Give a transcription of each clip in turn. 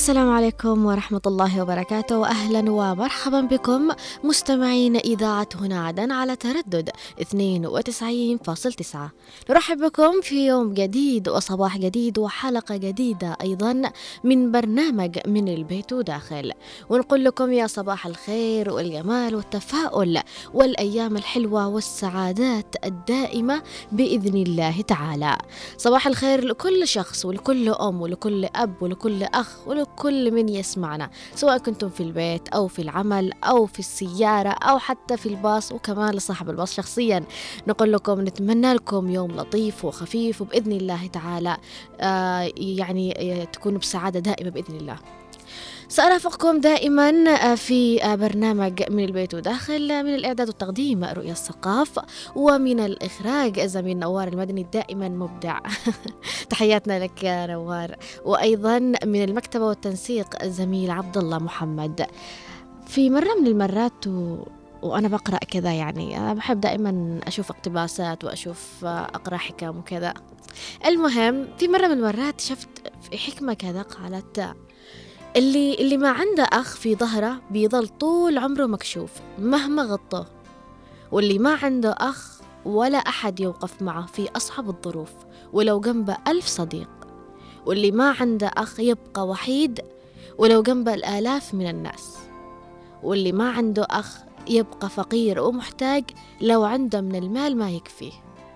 السلام عليكم ورحمة الله وبركاته، وأهلا ومرحبا بكم مستمعين إذاعة هنا عدن على تردد 92.9. نرحب بكم في يوم جديد وصباح جديد وحلقة جديدة أيضا من برنامج من البيت وداخل، ونقول لكم يا صباح الخير والجمال والتفاؤل والأيام الحلوة والسعادات الدائمة بإذن الله تعالى. صباح الخير لكل شخص ولكل أم ولكل أب ولكل أخ ولكل من يسمعنا، سواء كنتم في البيت أو في العمل أو في السيارة أو حتى في الباص، وكمان لصاحب الباص شخصيا نقول لكم نتمنى لكم يوم لطيف وخفيف، وبإذن الله تعالى تكونوا بسعادة دائمة بإذن الله. سأرافقكم دائما في برنامج من البيت وداخل، من الإعداد والتقديم رؤيا الثقاف، ومن الإخراج زميل نوار المدني دائما مبدع. تحياتنا لك يا نوار. وأيضا من المكتبة والتنسيق زميل عبد الله محمد. في مرة من المرات وأنا بقرأ كذا، أنا بحب دائما أشوف اقتباسات وأشوف أقرأ حكم وكذا. المهم في مرة من المرات شفت في حكمة كذا قالت: اللي ما عنده أخ في ظهره بيظل طول عمره مكشوف مهما غطاه، واللي ما عنده أخ ولا أحد يوقف معه في أصعب الظروف ولو جنبه 1000 صديق، واللي ما عنده أخ يبقى وحيد ولو جنبه 1000 من الناس، واللي ما عنده أخ يبقى فقير ومحتاج لو عنده من المال ما يكفيه.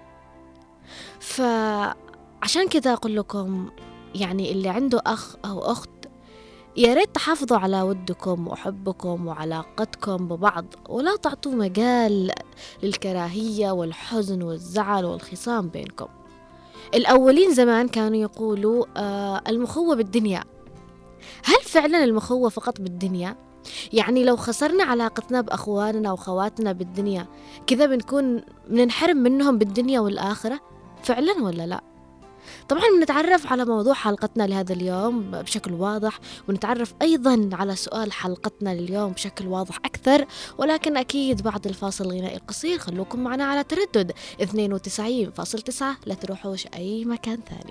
فعشان كذا أقول لكم اللي عنده أخ أو أخت يا ريت تحافظوا على ودكم وحبكم وعلاقتكم ببعض، ولا تعطوا مجال للكراهية والحزن والزعل والخصام بينكم. الأولين زمان كانوا يقولوا المخوة بالدنيا. هل فعلا المخوة فقط بالدنيا؟ لو خسرنا علاقتنا بأخواننا وخواتنا بالدنيا كذا بنكون بننحرم منهم بالدنيا والآخرة فعلا ولا لا؟ طبعا بنتعرف على موضوع حلقتنا لهذا اليوم بشكل واضح، ونتعرف أيضا على سؤال حلقتنا لليوم بشكل واضح أكثر، ولكن أكيد بعد الفاصل الغنائي القصير. خلوكم معنا على تردد 92.9، لا تروحوش أي مكان ثاني.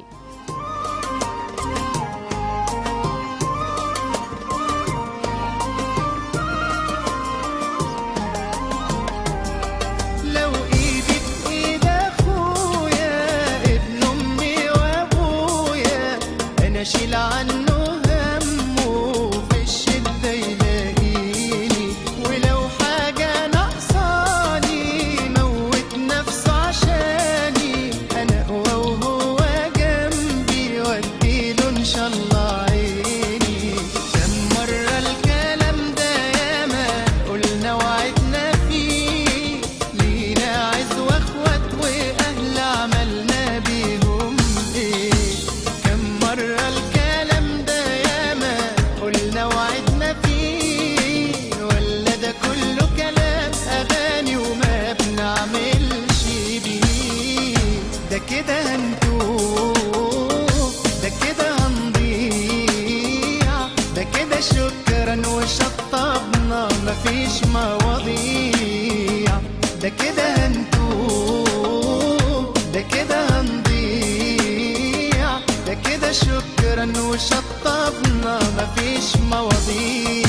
شيل عنه همه في الشدة يلاقيني، ولو حاجة ناقصاني موت نفسه عشاني، أنا أقوى وهو جنبي وأديله إن شاء الله عيني. كم مرة الكلام ده ياما قلنا وعدنا فيه، لينا عز وأخوات وأهل عملنا بيهم إيه. كم مرة الكلام ده ياما قلنا وعدنا فيه، ولا ده كله كلام أغاني وما بنعملش بيه. ده كده هنتوه، ده كده هنضيع، ده كده شكرا وشطبنا مفيش مواضيع. ده كده هنتوه، ده كده هنضيع، ده كده شكرا وشطبنا مفيش مواضيع.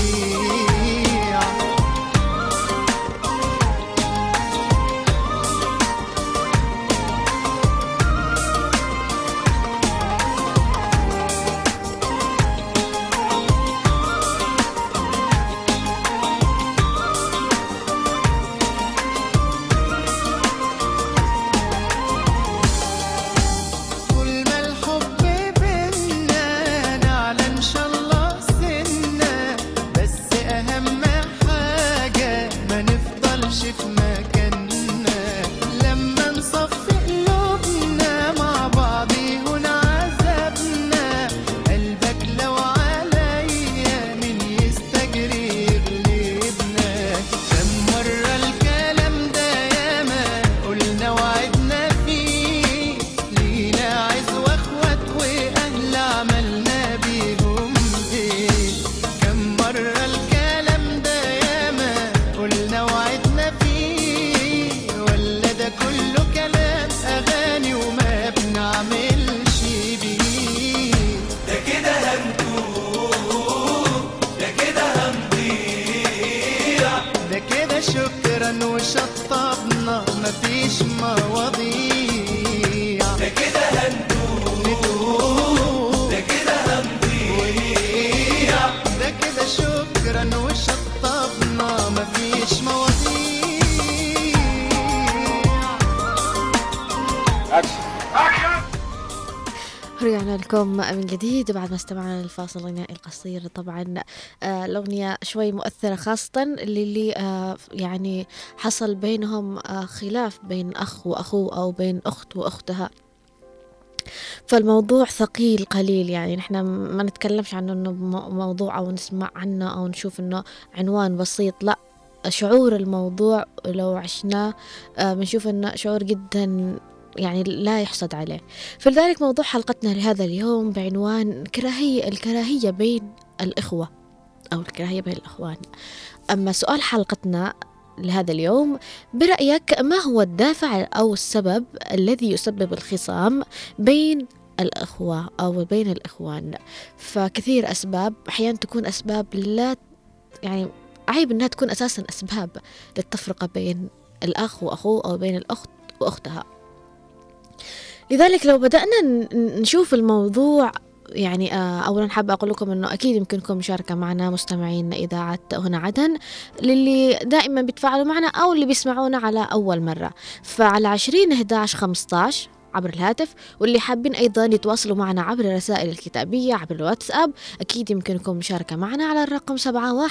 رجعنا لكم من جديد بعد ما استمعنا للفاصل الغنائي القصير. طبعا الأغنية شوي مؤثرة، خاصة اللي يعني حصل بينهم خلاف بين أخ وأخوه أو بين أخت وأختها، فالموضوع ثقيل قليل. يعني نحن ما نتكلمش عنه إنه موضوع أو نسمع عنه أو نشوف إنه عنوان بسيط، لا، شعور الموضوع لو عشناه بنشوف إنه شعور جدا يعني لا يحسد عليه. فلذلك موضوع حلقتنا لهذا اليوم بعنوان الكراهية بين الإخوة أو الكراهية بين الإخوان. أما سؤال حلقتنا لهذا اليوم، برأيك ما هو الدافع أو السبب الذي يسبب الخصام بين الأخوة أو بين الإخوان؟ فكثير أسباب، أحيانا تكون أسباب لا يعني عيب أنها تكون أساسا أسباب للتفرقة بين الأخ وأخوه أو بين الأخت وأختها. لذلك لو بدأنا نشوف الموضوع، يعني أولا حابة أقول لكم أنه أكيد يمكنكم مشاركة معنا مستمعين إذاعة هنا عدن، للي دائما بيتفاعلوا معنا أو اللي بيسمعونا على أول مرة، فعلى 20-11-15 عبر الهاتف، واللي حابين أيضا يتواصلوا معنا عبر الرسائل الكتابية عبر الواتساب، أكيد يمكنكم مشاركة معنا على الرقم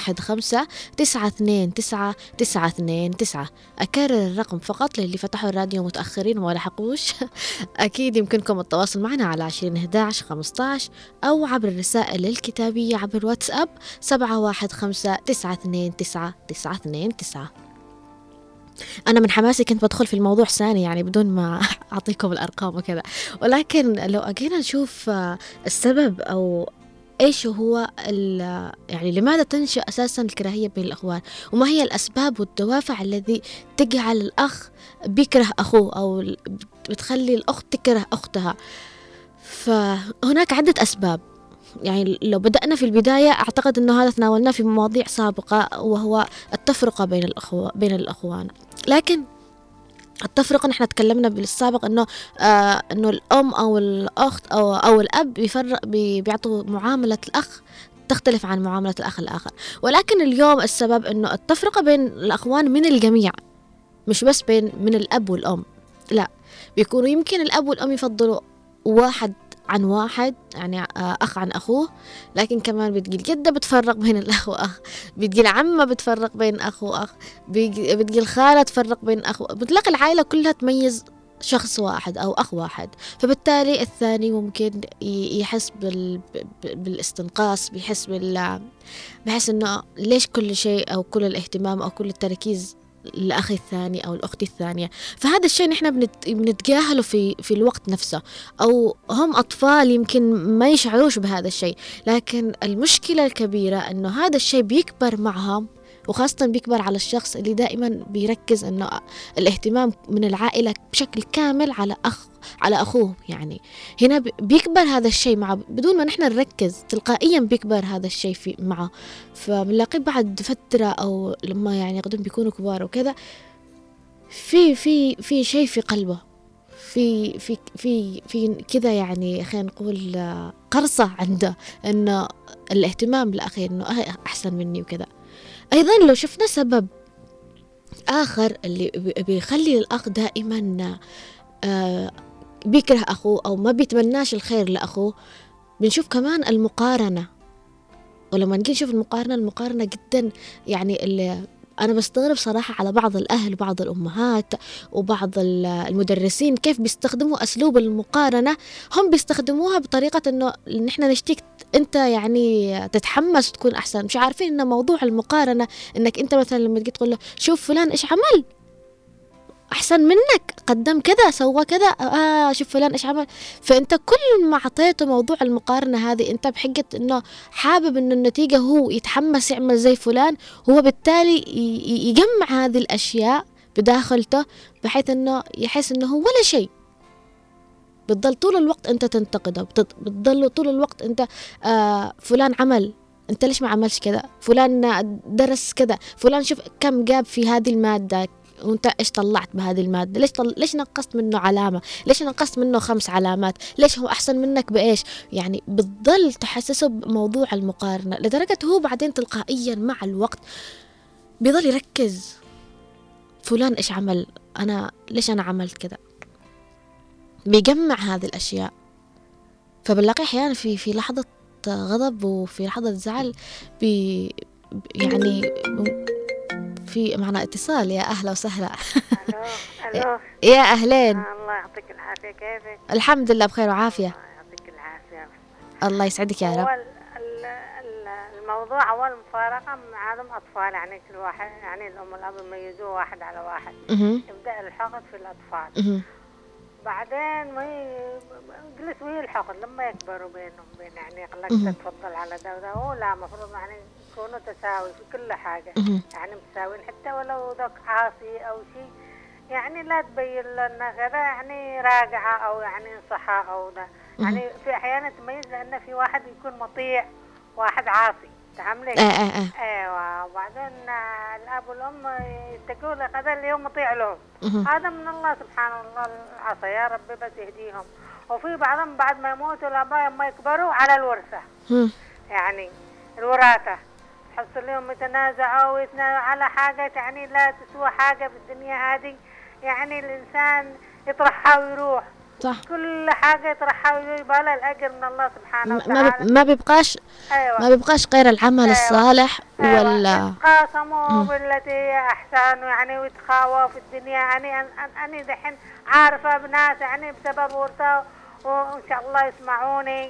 715-929-929. أكرر الرقم فقط للي فتحوا الراديو متأخرين وما لحقوش. أكيد يمكنكم التواصل معنا على 20-11-15 أو عبر الرسائل الكتابية عبر الواتساب 715-929-929. أنا من حماسي كنت بدخل في الموضوع ثاني يعني بدون ما أعطيكم الأرقام وكذا، ولكن لو أجينا نشوف السبب أو إيش هو يعني لماذا تنشأ أساسا الكراهية بين الأخوان، وما هي الأسباب والدوافع الذي تجعل الأخ بيكره أخوه أو بتخلي الأخت تكره أختها. فهناك عدة أسباب. يعني لو بدأنا في البداية، أعتقد أنه هذا تناولناه في مواضيع سابقة، وهو التفرقة بين الأخوان. لكن التفرقة نحن تكلمنا بالسابق أنه الأم أو الأخت أو الأب بيعطوا معاملة الأخ تختلف عن معاملة الأخ الآخر. ولكن اليوم السبب أنه التفرقة بين الأخوان من الجميع، مش بس من الأب والأم، لا، بيكونوا يمكن الأب والأم يفضلوا واحد عن واحد، يعني أخ عن أخوه، لكن كمان بتجي جدة بتفرق بين الأخ وأخ، بتجي العمة بتفرق بين أخ وأخ، بتجي الخالة تفرق بين أخ، بتلاقي العائلة كلها تميز شخص واحد أو أخ واحد. فبالتالي الثاني ممكن يحس بالاستنقاص، بحس إنه ليش كل شيء أو كل الاهتمام أو كل التركيز الأخ الثاني أو الأخت الثانية. فهذا الشيء نحن بنتجاهله في الوقت نفسه، أو هم أطفال يمكن ما يشعروش بهذا الشيء، لكن المشكلة الكبيرة أنه هذا الشيء بيكبر معهم، وخاصة بيكبر على الشخص اللي دائما بيركز أنه الاهتمام من العائلة بشكل كامل على أخوه. يعني هنا بيكبر هذا الشيء معه بدون ما نحن نركز، تلقائيا بيكبر هذا الشيء معه. فبنلاقي بعد فترة أو لما يعني قدم بيكونوا كبار وكذا، في شيء في قلبه، في كذا، يعني خلينا نقول قرصة عنده إنه الاهتمام بالأخي، إنه أحسن مني وكذا. أيضا لو شفنا سبب آخر اللي بيخلي الأخ دائما بيكره أخوه أو ما بيتمناش الخير لأخوه، بنشوف كمان المقارنة. ولما نجي نشوف المقارنة جدا، يعني اللي أنا بستغرب صراحة على بعض الأهل وبعض الأمهات وبعض المدرسين كيف بيستخدموا أسلوب المقارنة. هم بيستخدموها بطريقة إنه نحن نشتيك أنت يعني تتحمس وتكون أحسن، مش عارفين إن موضوع المقارنة إنك أنت مثلا لما تجي تقول له شوف فلان إيش عمل أحسن منك، قدم كذا، سوى كذا، شوف فلان إيش عمل. فأنت كل ما عطيته موضوع المقارنة هذه، أنت بحجة إنه حابب إنه النتيجة هو يتحمس يعمل زي فلان، هو بالتالي يجمع هذه الأشياء بداخلته بحيث إنه يحس إنه هو ولا شيء. بتضل طول الوقت أنت تنتقده، بتضل طول الوقت أنت فلان عمل، أنت ليش ما عملش كذا، فلان درس كذا، فلان شوف كم جاب في هذه المادة وانت ايش طلعت بهذه المادة، ليش نقصت منه علامة، ليش نقصت منه 5 علامات، ليش هو أحسن منك بإيش. يعني بتضل تحسسه بموضوع المقارنة، لدرجة هو بعدين تلقائيا مع الوقت بيضل يركز فلان إيش عمل، ليش أنا عملت كذا. بيجمع هذه الأشياء. فبنلاقي أحيانا في لحظة غضب وفي لحظة زعل يعني في معنا اتصال. يا أهلا وسهلا. ألو. يا أهلين. الله يعطيك العافية، كيفك؟ الحمد لله بخير وعافية. الله يعطيك العافية. الله يسعدك يا رب. الموضوع أول مفارقة مع عدم أطفال، يعني كل واحد، يعني الأم والأب يميزوه واحد على واحد. يبدأ الحقد في الأطفال. بعدين ما جلس ويا الحقد لما يكبروا بينهم وبين، يعني يقول لك تتفضل على ده وده. هو لا، مفروض يعني يكونوا تساوي في كل حاجة. يعني متساويين حتى ولو ذاك عاصي أو شيء، يعني لا تبين لنا كذا، يعني راجعة أو يعني انصحها أو ده. يعني في أحيانا تميز لأن في واحد يكون مطيع واحد عاصي، تعملي. ايوه. وبعدين الاب والام يتقوا له هذا اليوم مطيع لهم. هذا من الله سبحانه الله العصا، يا ربي بس يهديهم. وفي بعضهم بعد ما يموتوا الاباء ما يكبروا على الورثه، يعني الوراثه تحصل لهم يتنازعوا ويتنازعوا على حاجه يعني لا تسوى حاجه في الدنيا هذه. يعني الانسان يطرحها ويروح، صح. كل حاجة يطرحها ويبقى لها الأجر من الله سبحانه وتعالى. ما بيبقاش. أيوة. ما بيبقاش غير العمل. أيوة. الصالح. أيوة. ولا يتقاسموا بالتي هي أحسن، يعني ويتخاووا في الدنيا. يعني أنا دحين عارفة بناس يعني بسبب ورثة، وإن شاء الله يسمعوني.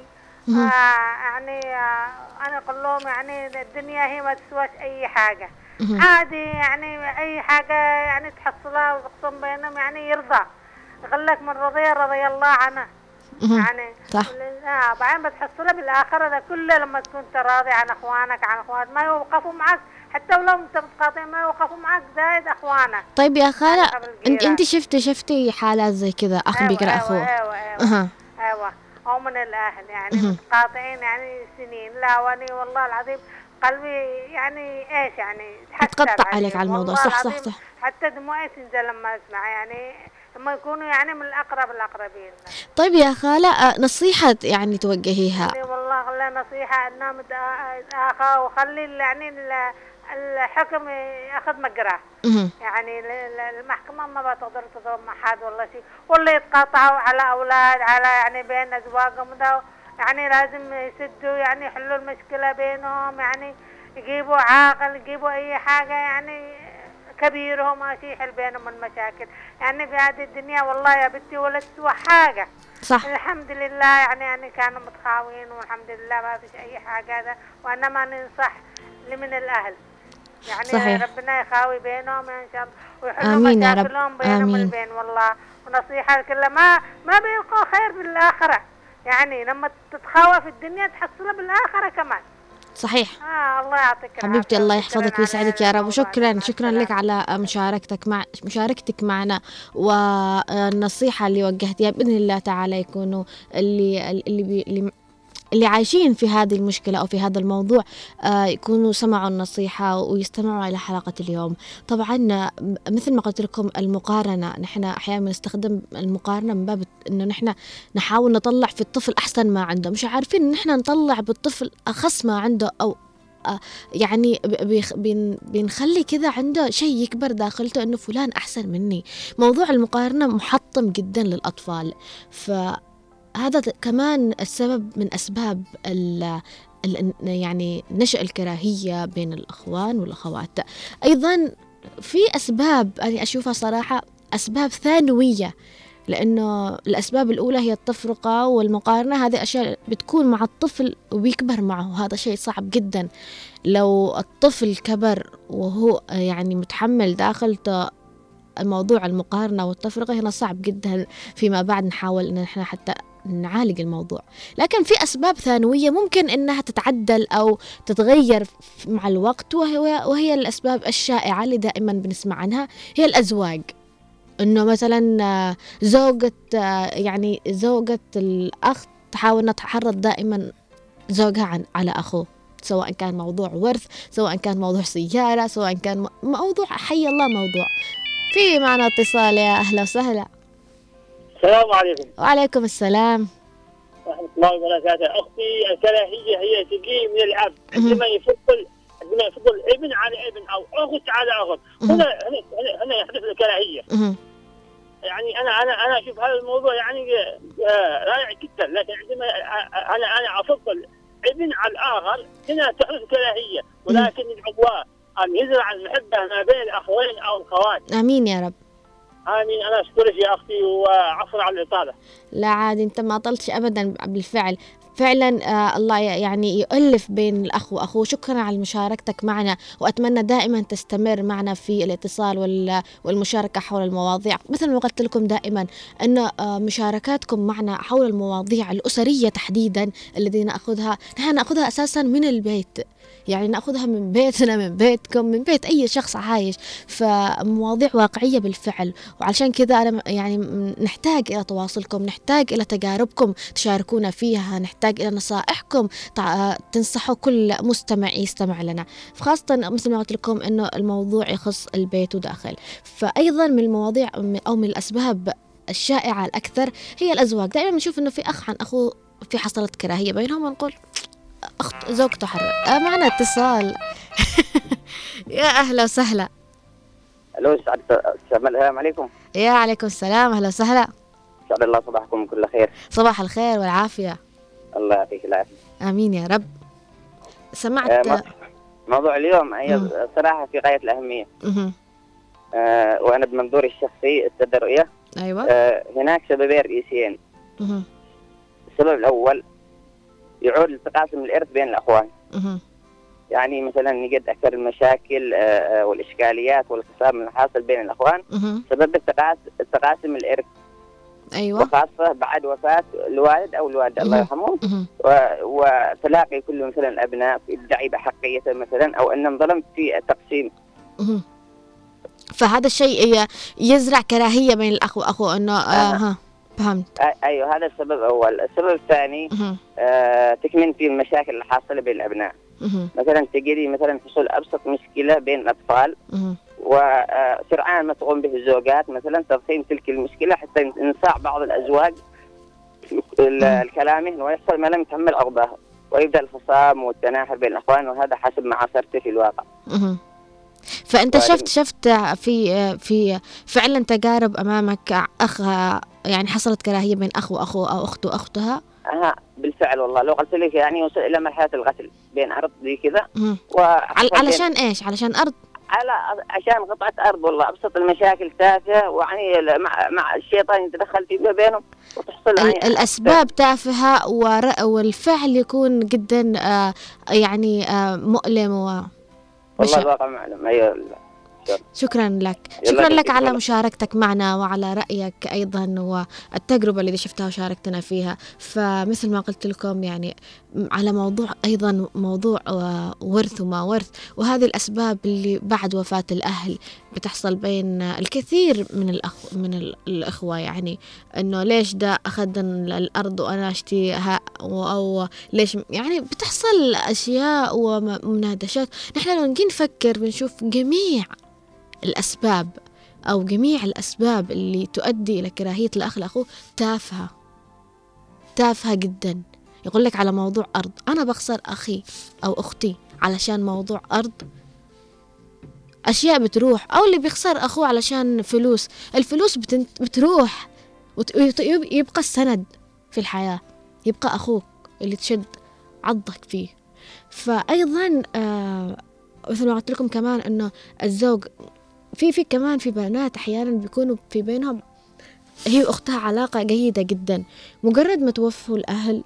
يعني أنا أقول لهم يعني الدنيا هي ما تسواش أي حاجة. عادي يعني أي حاجة يعني تحصلها وتقسم بينهم، يعني يرضى. يقول لك من رضي الله عنه. يعني صح. بعدين بتحصلها بالآخرة ده كله لما تكون راضي عن أخوانك، عن أخوانك ما يوقفوا معك، حتى ولو أنت متقاطع ما يوقفوا معك زايد أخوانك. طيب يا خالة، أنت شفتي حالات زي كذا أخ بيقرأ أخوه؟ أيوة. أو من الأهل يعني متقاطعين يعني سنين. لا واني والله العظيم قلبي يعني إيش يعني تقطع عليك على الموضوع. صح. حتى دموعي تنزل لما أسمع، يعني لما يكونوا يعني من الأقربين. طيب يا خالة، نصيحة يعني توجهيها؟ يعني والله خلي نصيحة أنها متأخى وخلي يعني الحكم ياخذ مجراه. يعني المحكمة ما بتقدر تضرب مع حد والله شيء، واللي يتقاطعوا على أولاد على يعني بين أزواجهم ده، يعني لازم يسدوا يعني يحلوا المشكلة بينهم، يعني يجيبوا عاقل، يجيبوا أي حاجة يعني كبيرهم ماشي يحل بينهم المشاكل. يعني في هذه الدنيا والله يا بنتي ولا تسوى حاجة. صح. الحمد لله يعني كانوا متخاوين والحمد لله ما فيش أي حاجة هذا. وأنا ما ننصح لمن الأهل، يعني صحيح. ربنا يخاوي بينهم إن شاء الله ويحلوا مشاكلهم بينهم البين والله. ونصيحة كلها ما بيلقوا خير في الآخرة، يعني لما تتخاوى في الدنيا تحصلها بالآخرة كمان. صحيح. الله يعطيك حبيبتي، الله يحفظك ويسعدك يا رب. وشكرا لك على مشاركتك معنا، والنصيحة اللي وجهتيها بإذن الله تعالى يكونوا اللي عايشين في هذه المشكلة أو في هذا الموضوع يكونوا سمعوا النصيحة ويستمعوا إلى حلقة اليوم. طبعا مثل ما قلت لكم المقارنة، نحن أحيانا نستخدم المقارنة من باب إنه نحن نحاول نطلع في الطفل أحسن ما عنده، مش عارفين إن نحن نطلع بالطفل أخص ما عنده، أو يعني بنخلي كذا عنده شيء يكبر داخلته إنه فلان أحسن مني. موضوع المقارنة محطم جدا للأطفال، هذا كمان السبب من أسباب يعني نشأ الكراهية بين الأخوان والأخوات. أيضا في أسباب أنا أشوفها صراحة أسباب ثانوية، لأنه الأسباب الأولى هي التفرقة والمقارنة. هذه أشياء بتكون مع الطفل وبيكبر معه، هذا شيء صعب جدا. لو الطفل كبر وهو يعني متحمل داخلته موضوع المقارنة والتفرقة، هنا صعب جدا فيما بعد نحاول إن إحنا حتى نعالج الموضوع. لكن في أسباب ثانوية ممكن إنها تتعدل أو تتغير مع الوقت، وهي الأسباب الشائعة اللي دائما بنسمع عنها، هي الأزواج. إنه مثلا زوجة الأخ تحاول أن تحرض دائما زوجها على أخوه، سواء كان موضوع ورث، سواء كان موضوع سيارة، سواء كان موضوع حي الله موضوع. في معنا اتصال. يا أهلا وسهلا. السلام عليكم. وعليكم السلام ورحمة الله وبركاته. أختي الكراهية هي تجي من الأب، عندما يفضل ابن على ابن أو أخت على أخت، هنا يحدث الكراهية. يعني انا اشوف هذا الموضوع يعني رائع جدا، لكن عندما انا افضل ابن على الاخر هنا تحدث كراهيه، ولكن العقوى ان يزرع المحبه ما بين الاخوين او الخوات. امين يا رب. امين. انا اشكرك يا اختي وعفوا على الاطاله. لا عادي، انت ما طلتش ابدا بالفعل. فعلا الله يعني يؤلف بين الأخ وأخوه. شكرا على مشاركتك معنا، وأتمنى دائما تستمر معنا في الاتصال والمشاركة حول المواضيع. مثل ما قلت لكم دائما أن مشاركاتكم معنا حول المواضيع الأسرية تحديدا الذي نأخذها، نحن نأخذها أساسا من البيت، يعني نأخذها من بيتنا، من بيتكم، من بيت أي شخص عايش، فمواضيع واقعية بالفعل. وعلشان كذا أنا يعني نحتاج إلى تواصلكم، نحتاج إلى تجاربكم تشاركونا فيها، نحتاج إلى نصائحكم تنصحوا كل مستمع يستمع لنا، خاصة مثل ما قلت لكم إنه الموضوع يخص البيت وداخل. فأيضا من المواضيع أو من الأسباب الشائعة الأكثر هي الأزواج. دائما نشوف إنه في أخ عن أخوه في حصلت كراهية بينهم، ونقول أخت زوجته حرة. معنا اتصال. يا أهلا وسهلا. الو، السلام عليكم. يا عليكم السلام، أهلا وسهلا. سعد الله صباحكم كل خير. صباح الخير والعافية. الله يعطيك العافية. آمين يا رب. سمعت موضوع اليوم هي صراحة في غاية الأهمية. وأنا بمنظوري الشخصي استدى رؤية. أيوة. هناك سببين رئيسيين. السبب الأول يعود لتقاسم الإرث بين الأخوان. يعني مثلا نجد أكثر المشاكل والإشكاليات والخصام الحاصل بين الأخوان سبب تقاسم الإرث. أيوة. وخاصة بعد وفاة الوالد أو الوالدة الله يرحمهم، وتلاقي كل مثلا الأبناء يدعي بحقيته مثلا، أو أنهم ظلم في التقسيم. فهذا الشيء يزرع كراهية بين الأخ وأخوه، إنه فهمت. أيوة، هذا السبب الأول. السبب الثاني تكمن في المشاكل الحاصلة بين الأبناء. مثلا تجري مثلا حصول أبسط مشكلة بين الأطفال، وسرعان ما تقوم به الزوجات مثلا تضخيم تلك المشكلة حتى ينصاع بعض الأزواج الكلامه ويحصل ما لم يتحمل أغضاه، ويبدأ الخصام والتناحر بين الأخوان، وهذا حسب ما عاصرته في الواقع. فأنت شفت في فعلا تجارب أمامك أخ يعني حصلت كراهية بين أخ وأخوه أو أخت وأختها؟ بالفعل والله، لو قلت لك يعني وصل إلى مرحلة القتل بين أرض زي كذا. علشان إيش؟ علشان أرض؟ عشان قطعة أرض والله. أبسط المشاكل تافهة، ويعني مع الشيطان يتدخل في بينهم وتحصل الأسباب تافهة، والفعل يكون جدا يعني مؤلم والله الواقع معلم. أيوة. شكرا لك على مشاركتك معنا وعلى رأيك أيضا والتجربة اللي شفتها وشاركتنا فيها. فمثل ما قلت لكم يعني على موضوع أيضا موضوع ورث وما ورث، وهذه الأسباب اللي بعد وفاة الأهل بتحصل بين الكثير من الأخوة. يعني إنه ليش ده أخذ الأرض وأنا أشتيها، أو ليش، يعني بتحصل أشياء ومناقشات. نحن لو نجي نفكر بنشوف جميع الأسباب أو جميع الأسباب اللي تؤدي إلى كراهية الأخ لأخوه تافهة جدا. يقول لك على موضوع أرض، أنا بخسر أخي أو أختي علشان موضوع أرض، أشياء بتروح، أو اللي بيخسر أخوه علشان فلوس، الفلوس بتروح، ويبقى السند في الحياة، يبقى أخوك اللي تشد عضك فيه. فأيضا مثل ما قلت لكم كمان أنه الزوج في كمان في بنات أحيانا بيكونوا في بينهم هي وأختها علاقة جيدة جدا، مجرد ما توفوا الأهل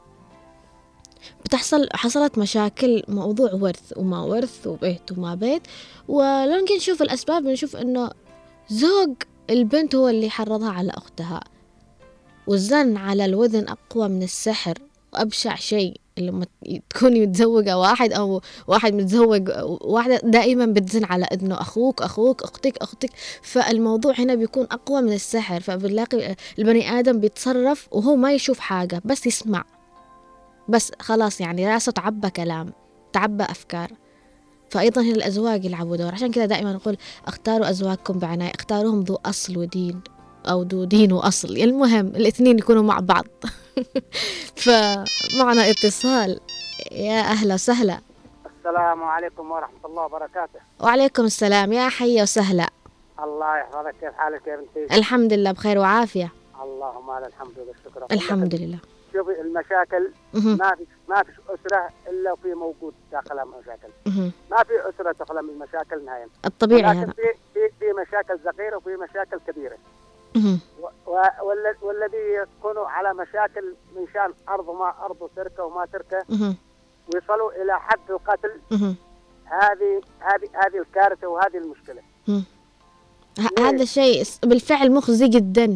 حصلت مشاكل، موضوع ورث وما ورث وبيت وما بيت. ولو نجي نشوف الأسباب بنشوف أنه زوج البنت هو اللي حرضها على أختها، والزن على الوذن أقوى من السحر. وأبشع شيء لما تكوني متزوجة واحد أو واحد متزوج واحدة، دائما بتزن على إذنه أخوك أختك. فالموضوع هنا بيكون أقوى من السحر. فبنلاقي البني آدم بيتصرف وهو ما يشوف حاجة، بس يسمع، بس خلاص يعني راسه تعبى كلام، تعبى أفكار. فأيضا هنا الأزواج يلعبوا دور. عشان كذا دائما نقول اختاروا أزواجكم بعناية، اختاروهم ذو أصل ودين، أو ذو دين وأصل، المهم الاثنين يكونوا مع بعض. فمعنا اتصال. يا أهلا وسهلا. السلام عليكم ورحمة الله وبركاته. وعليكم السلام، يا حي وسهلا. الله يحفظك، كيف حالك يا بنتي؟ الحمد لله بخير وعافية. اللهم لك الحمد والشكر. الحمد لله. شوفي المشاكل ما فيش أسرة إلا وفي موجود داخلها مشاكل. ما في أسرة تخلى من مشاكل نهائيا. الطبيعي هذا. لكن في مشاكل صغيرة وفي مشاكل كبيرة. والذي يكونوا على مشاكل من شان أرض وما أرض وتركة وما تركة ويصلوا إلى حد القتل. هذه الكارثة وهذه المشكلة. هذا شيء بالفعل مخزي جدا.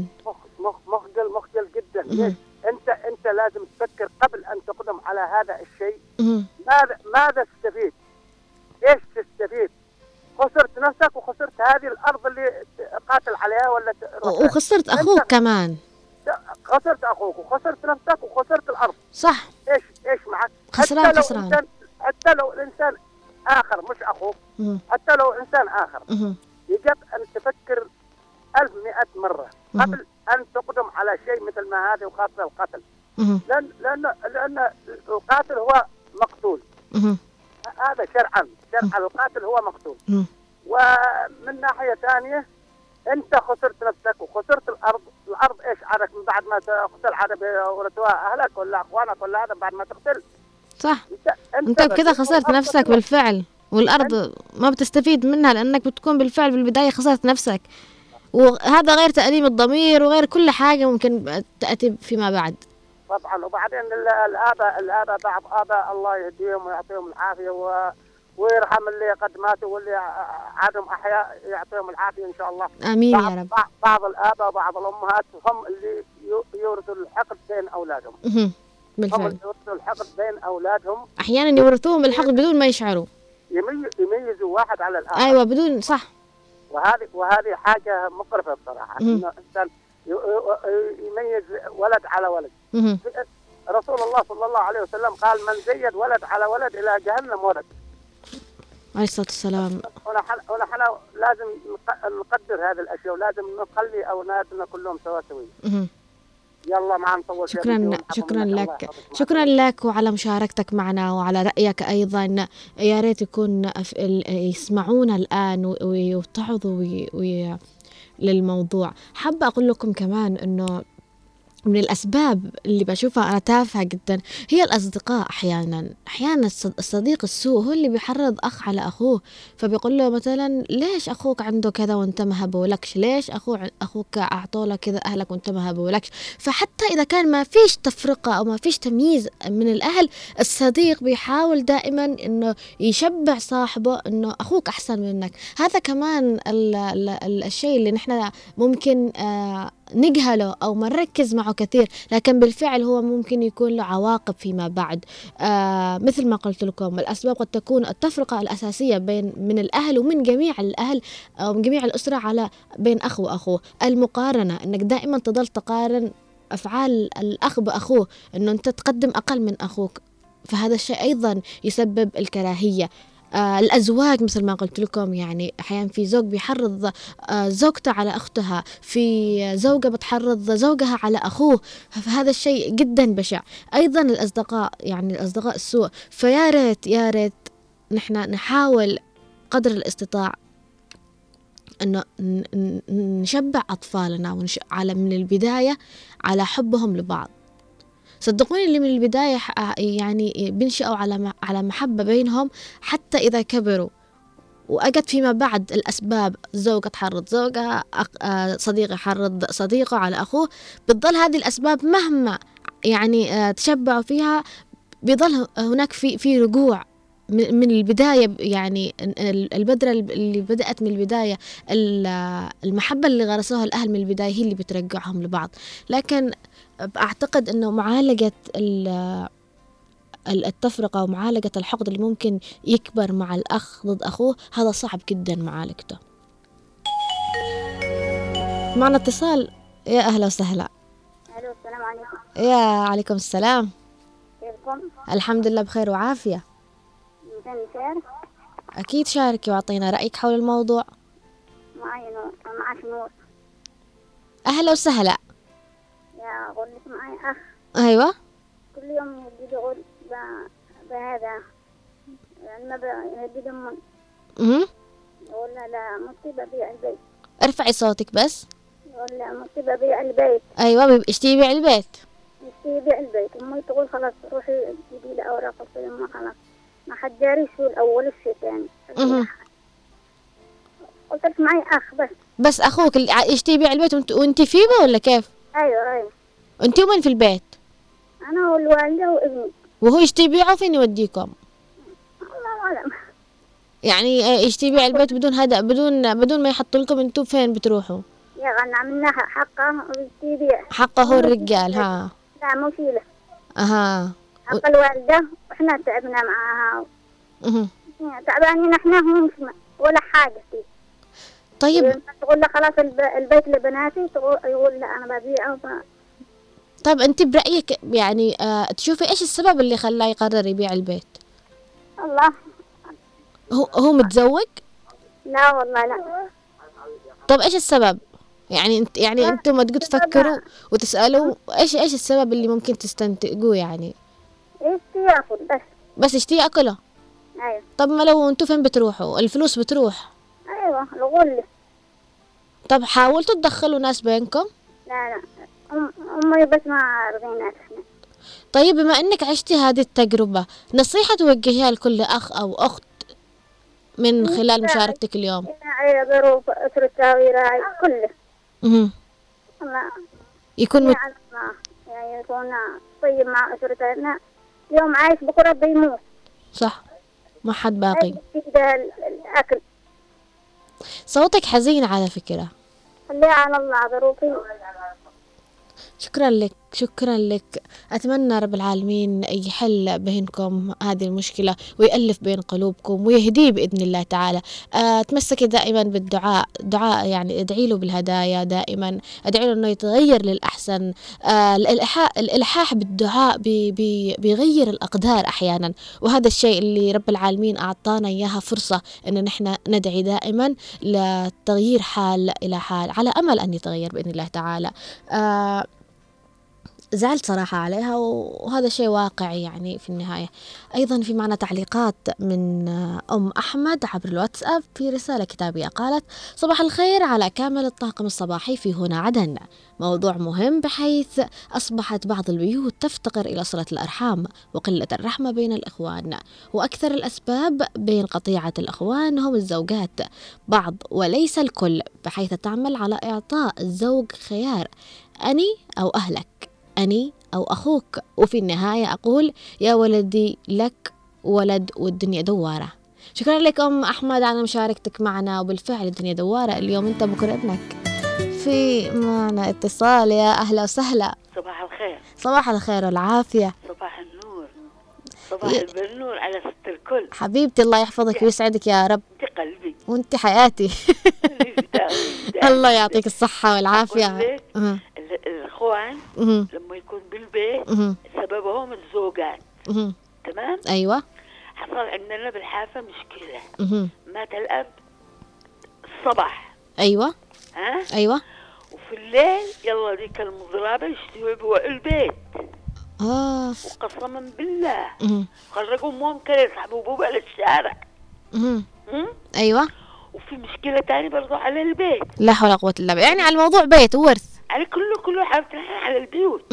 مخجل جدا. ليش؟ انت لازم تفكر قبل ان تقدم على هذا الشيء. ماذا تستفيد؟ ايش تستفيد؟ خسرت نفسك وخسرت هذه الارض اللي قاتل عليها ولا وخسرت اخوك كمان. خسرت اخوك وخسرت نفسك وخسرت الارض. صح. ايش معك؟ خسران. حتى لو الانسان اخر مش اخوك، حتى لو انسان اخر يجب ان تفكر 1100 مرة قبل أن تقدم على شيء مثل ما هذا وخاصة القتل. لأن القاتل هو مقتول. هذا شرعا القاتل هو مقتول. ومن ناحية ثانية أنت خسرت نفسك وخسرت الأرض إيش عادك من بعد ما تقتل عادة ورثوها أهلك ولا أخوانك ولا هذا بعد ما تقتل. صح. أنت بكذا خسرت نفسك بالفعل، والأرض ما بتستفيد منها لأنك بتكون بالفعل بالبداية خسرت نفسك، وهذا غير تأليم الضمير وغير كل حاجة ممكن تأتي فيما بعد. طبعا. وبعدين الآباء بعض آباء الله يهديهم ويعطيهم العافية ويرحم اللي قد ماتوا واللي عادهم أحياء يعطيهم العافية إن شاء الله. آمين يا رب. بعض الآباء وبعض الأمهات هم اللي يورثوا الحقد بين أولادهم. بالفعل. هم اللي يورثوا الحقد بين أولادهم. أحيانا يورثوهم الحقد بدون ما يشعروا. يميزوا واحد على الآخر. أيوة بدون. صح. وهذه حاجة مقرفة بصراحة. إنه إنسان يميز ولد على ولد. رسول الله صلى الله عليه وسلم قال من زيد ولد على ولد إلى جهنم ولد. عليه الصلاة والسلام. ونحن لازم نقدر هذه الأشياء ولازم نخلي أولادنا كلهم سواسية. يلا معنا نطول. شكرا لك وعلى مشاركتك معنا وعلى رأيك أيضا. يا ريت يكون يسمعونا الآن ويتعظوا للموضوع. حابة أقول لكم كمان أنه من الأسباب اللي بشوفها أنا تافهة جدا هي الأصدقاء. أحيانا الصديق السوء هو اللي بيحرض أخ على أخوه، فبيقول له مثلا ليش أخوك عنده كذا وانت ما هبولكش، ليش أخوك أعطوله كذا أهلك وانت ما هبولكش. فحتى إذا كان ما فيش تفرقة أو ما فيش تمييز من الأهل، الصديق بيحاول دائما إنه يشبع صاحبه إنه أخوك أحسن منك. هذا كمان الشيء اللي نحن ممكن نجهله أو ما نركز معه كثير، لكن بالفعل هو ممكن يكون له عواقب فيما بعد. مثل ما قلت لكم الأسباب قد تكون التفرقة الأساسية من الأهل ومن جميع الأهل أو من جميع الأسرة على بين أخ وأخوه. المقارنة أنك دائما تظل تقارن أفعال الأخ بأخوه، أنه أنت تقدم أقل من أخوك، فهذا الشيء أيضا يسبب الكراهية. الأزواج مثل ما قلت لكم، يعني أحيانا في زوج بيحرض زوجته على أختها، في زوجة بتحرض زوجها على أخوه، فهذا الشيء جدا بشع. أيضا الأصدقاء، يعني الأصدقاء السوء، فيا ريت نحن نحاول قدر الاستطاع أنه نشبع أطفالنا على من البداية على حبهم لبعض. صدقوني اللي من البداية يعني بينشأوا على محبة بينهم، حتى إذا كبروا وأجت فيما بعد الأسباب، زوجة تحرض زوجها، صديق يحرض صديقه على أخوه، بتظل هذه الأسباب مهما يعني تشبعوا فيها بيظل هناك في رجوع من البداية. يعني البذرة اللي بدأت من البداية، المحبة اللي غرسوها الأهل من البداية هي اللي بترجعهم لبعض. لكن أعتقد أنه معالجة التفرقة ومعالجة الحقد اللي ممكن يكبر مع الأخ ضد أخوه هذا صعب جدا معالجته. معنا اتصال. يا أهلا وسهلا. ألو السلام عليكم. يا عليكم السلام. كيفكم؟ الحمد لله بخير وعافية. مثال أكيد شاركي وأعطينا رأيك حول الموضوع. معك نور. أهلا وسهلا. يا أقول لك معي أخ. أيوة. كل يوم يهدد يقول بهذا يعني ما بيهدد أمه. يقول لا مصيبة بيع البيت. ارفعي صوتك بس. ولا مصيبة بيع البيت. أيوة، ايش تبي يبيع البيت؟ يشتي يبيع البيت. أمي تقول خلاص روحي جيبي لي أوراق الصيام. خلاص ما حد جاري شو الأول الشيء ثاني. قلت لك معي أخ بس أخوك ايش تبي يبيع البيت وانت فيه ولا كيف؟ أيوة. انت ومن في البيت؟ أنا والوالدة وابني. وهو ايش تبيعه فين يوديكم؟ الله أعلم. يعني ايش تبيع البيت بدون هذا، بدون ما يحط لكم انتم فين بتروحوا؟ يا غنى عملناها حقه ويبيع. حقه هو الرجال. ها لا مو فيله. اها. حق الوالدة واحنا تعبنا معاها. تعبانين احنا هم ولا حاجة فيه. طيب تقول له خلاص البيت لبناتي، يقول لا انا ببيعه. طيب انت برأيك يعني تشوفي ايش السبب اللي خلاه يقرر يبيع البيت؟ الله. هو متزوج؟ لا والله لا. طب ايش السبب؟ يعني انتم ما تقعدوا تفكروا وتسألوا ايش السبب اللي ممكن تستنتجوه يعني؟ ياكل بس يشتي ياكله. ايوه. طب ما لو انتم فين بتروحوا؟ الفلوس بتروح. ايوه الغل. طب حاولتوا تدخلوا ناس بينكم؟ لا امي بس ما رضينا احنا. طيب بما انك عشتي هذه التجربة، نصيحة توجهيها لكل اخ او اخت من خلال مشاركتك اليوم؟ يراعي ظروف اسرته ويراعي كله. يكون يعني يكون طيب مع اسرته. يوم عايش بكره بيموت. صح، ما حد باقي. الأكل. صوتك حزين على فكرة. خليها على الله ظروفي. شكرا لك. أتمنى رب العالمين يحل بينكم هذه المشكلة ويألف بين قلوبكم ويهديه بإذن الله تعالى. تمسكي دائما بالدعاء، يعني ادعي له بالهدايا دائما، ادعي له أنه يتغير للأحسن. الإلحاح بالدعاء بيغير الأقدار أحيانا، وهذا الشيء اللي رب العالمين أعطانا إياها فرصة أن نحن ندعي دائما لتغيير حال إلى حال على أمل أن يتغير بإذن الله تعالى. زعلت صراحة عليها، وهذا شيء واقعي يعني في النهاية. أيضا في معنا تعليقات من أم أحمد عبر الواتساب في رسالة كتابية قالت: صباح الخير على كامل الطاقم الصباحي في هنا عدن. موضوع مهم بحيث أصبحت بعض البيوت تفتقر إلى صلة الأرحام وقلة الرحمة بين الإخوان، وأكثر الأسباب بين قطيعة الأخوان هم الزوجات، بعض وليس الكل، بحيث تعمل على إعطاء الزوج خيار: أني أو أهلك، أني أو أخوك، وفي النهاية أقول يا ولدي لك ولد والدنيا دوارة. شكرا لك أم أحمد على مشاركتك معنا، وبالفعل الدنيا دوارة، اليوم أنت بكرة ابنك. في معنا اتصال، يا أهلا وسهلا. صباح الخير. صباح الخير والعافية. صباح النور. صباح البنور على ست الكل. حبيبتي الله يحفظك ويسعدك يا رب. انت قلبي وانت حياتي. الله يعطيك الصحة والعافية. الأخوان لما يكون بالبيت سببهم الزوجات. تمام. أيوة. حصل عندنا بالحافة مشكلة. مات الأب الصباح. أيوة. أيوة. وفي الليل يلا ذيك المضربة يشتهوا البيت. وقسما بالله خرجوا أمهم كده يسحبوا بوبا للشارع. أيوة. وفي مشكلة تاني برضو على البيت. لا حول ولا قوة إلا بالله، يعني على الموضوع بيت وورث. على كله حرفنا على البيوت.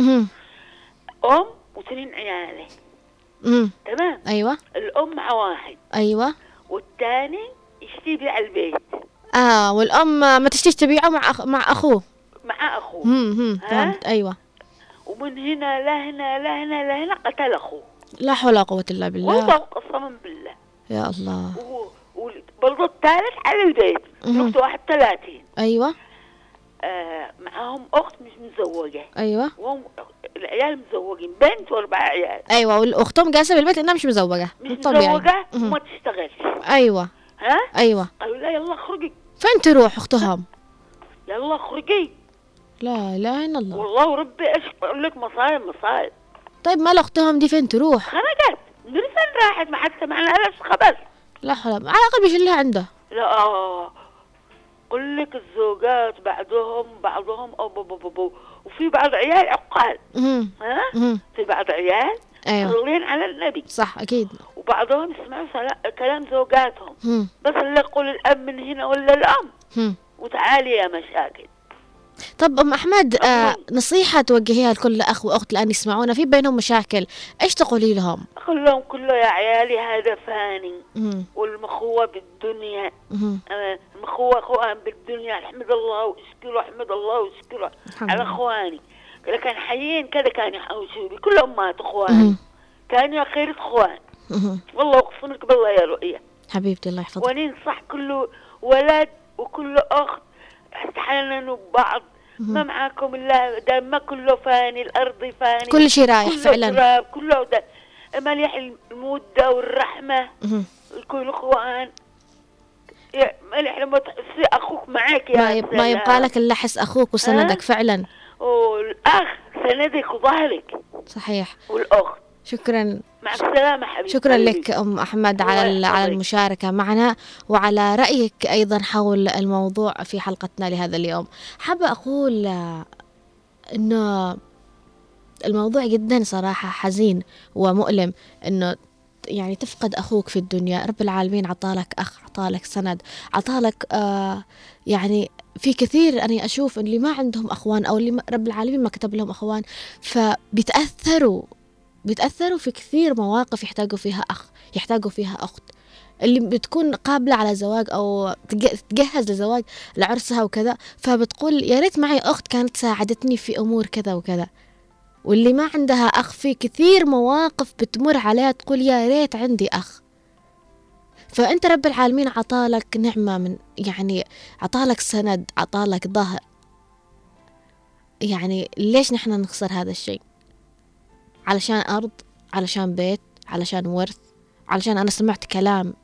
وثنين عيالي. تمام. أيوة. الأم مع واحد. أيوة. والثاني يشتي يبيع البيت. والأم ما تشتيش تبيعه مع أخوه. مع أخوه. فهمت. أيوة. ومن هنا لا هنا قتل أخوه. لا حول ولا قوة إلا بالله. والله قسما بالله. يا الله. وبرضو الثالث على البيت. نقطة 31. أيوة. معهم أخت مش متزوجة. أيوة. وهم العيال متزوجين، بنت و4 عيال. أيوة. والأختهم جالسة بالبيت لأنها مش متزوجة. متزوجة وما تشتغلش. أيوة. أيوة. قالوا لا يلا اخرجي. فين تروح أختهم؟ يلا اخرجي. لا إله إلا الله. والله وربي إيش أقول لك، مصايب. طيب مال أختهم دي فين تروح؟ خرجت. من فين راحت؟ ما حد سمعنا لها خبر. لا حول. على الأقل بيشيلها عنده. لا قل لك الزوجات بعضهم وفي بعض عيال عقال. في بعض عيال صلين على النبي. صح أكيد. وبعضهم يسمعوا كلام زوجاتهم. بس اللي يقول الأب من هنا ولا الأم وتعالي يا مشاكل. طب أم أحمد، نصيحة توجهيها لكل أخ وأخت الآن يسمعونا في بينهم مشاكل، إيش تقولي لهم؟ أقول لهم كله يا عيالي هذا فاني، والمخوة بالدنيا، المخوة أخوان بالدنيا، احمد الله واشكره، احمد الله واشكره على أخواني. لكن حيين كذا كانوا يحوشوا لي، كلهم ماتوا أخوان، كانوا خير أخوان. والله أقسمك بالله يا رؤية حبيبتي الله يحفظك. وننصح كل ولد وكل أخت تحننوا ببعض، ما معاكم الله، دام كله فاني، الأرض فاني، كل شيء رايح فعلا، تراب كله ده مليح المودة والرحمة، يكون أخوان مليح لما تحسي أخوك معاك ما يبقى لك إلا حس أخوك وسندك فعلا، والأخ سندك وظهرك. صحيح. والأخت. شكرا، مع السلامة حبيبتي. شكرا لك أم أحمد على المشاركة معنا وعلى رأيك أيضا حول الموضوع في حلقتنا لهذا اليوم. حابة أقول إنه الموضوع جدا صراحة حزين ومؤلم، إنه يعني تفقد أخوك في الدنيا. رب العالمين عطالك أخ، عطالك سند، عطالك يعني في كثير أنا أشوف اللي ما عندهم أخوان أو اللي رب العالمين ما كتب لهم أخوان، فبيتأثروا في كثير مواقف يحتاجوا فيها أخ، يحتاجوا فيها أخت، اللي بتكون قابلة على زواج أو تجهز لزواج لعرسها وكذا، فبتقول يا ريت معي أخت كانت ساعدتني في أمور كذا وكذا. واللي ما عندها أخ في كثير مواقف بتمر عليها تقول يا ريت عندي أخ. فأنت رب العالمين عطالك نعمة، من يعني عطالك سند، عطالك ظهر، يعني ليش نحن نخسر هذا الشيء؟ علشان أرض، علشان بيت، علشان ورث، علشان أنا سمعت كلام،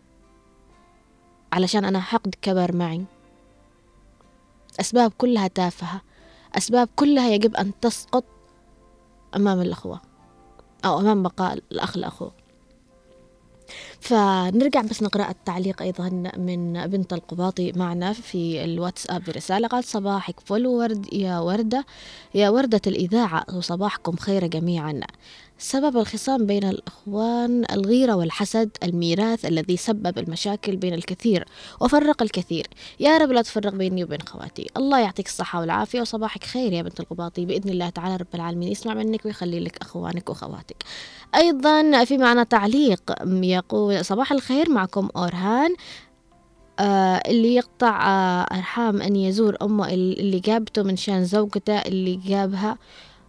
علشان أنا حقد كبر معي. أسباب كلها تافهة، أسباب كلها يجب أن تسقط أمام الأخوة أو أمام بقاء الأخ لأخوه. فنرجع بس نقرأ التعليق أيضا من بنت القباطي معنا في الواتساب برسالة، قال صباحك فل ورد يا وردة، يا وردة الإذاعة، وصباحكم خير جميعا. سبب الخصام بين الأخوان الغيرة والحسد، الميراث الذي سبب المشاكل بين الكثير وفرق الكثير. يا رب لا تفرق بيني وبين خواتي. الله يعطيك الصحة والعافية وصباحك خير يا بنت القباطي، بإذن الله تعالى رب العالمين يسمع منك ويخلي لك أخوانك وخواتك. أيضا في معنا تعليق يقول صباح الخير، معكم أورهان. اللي يقطع أرحام أن يزور أمه اللي جابته من شان زوجته اللي جابها،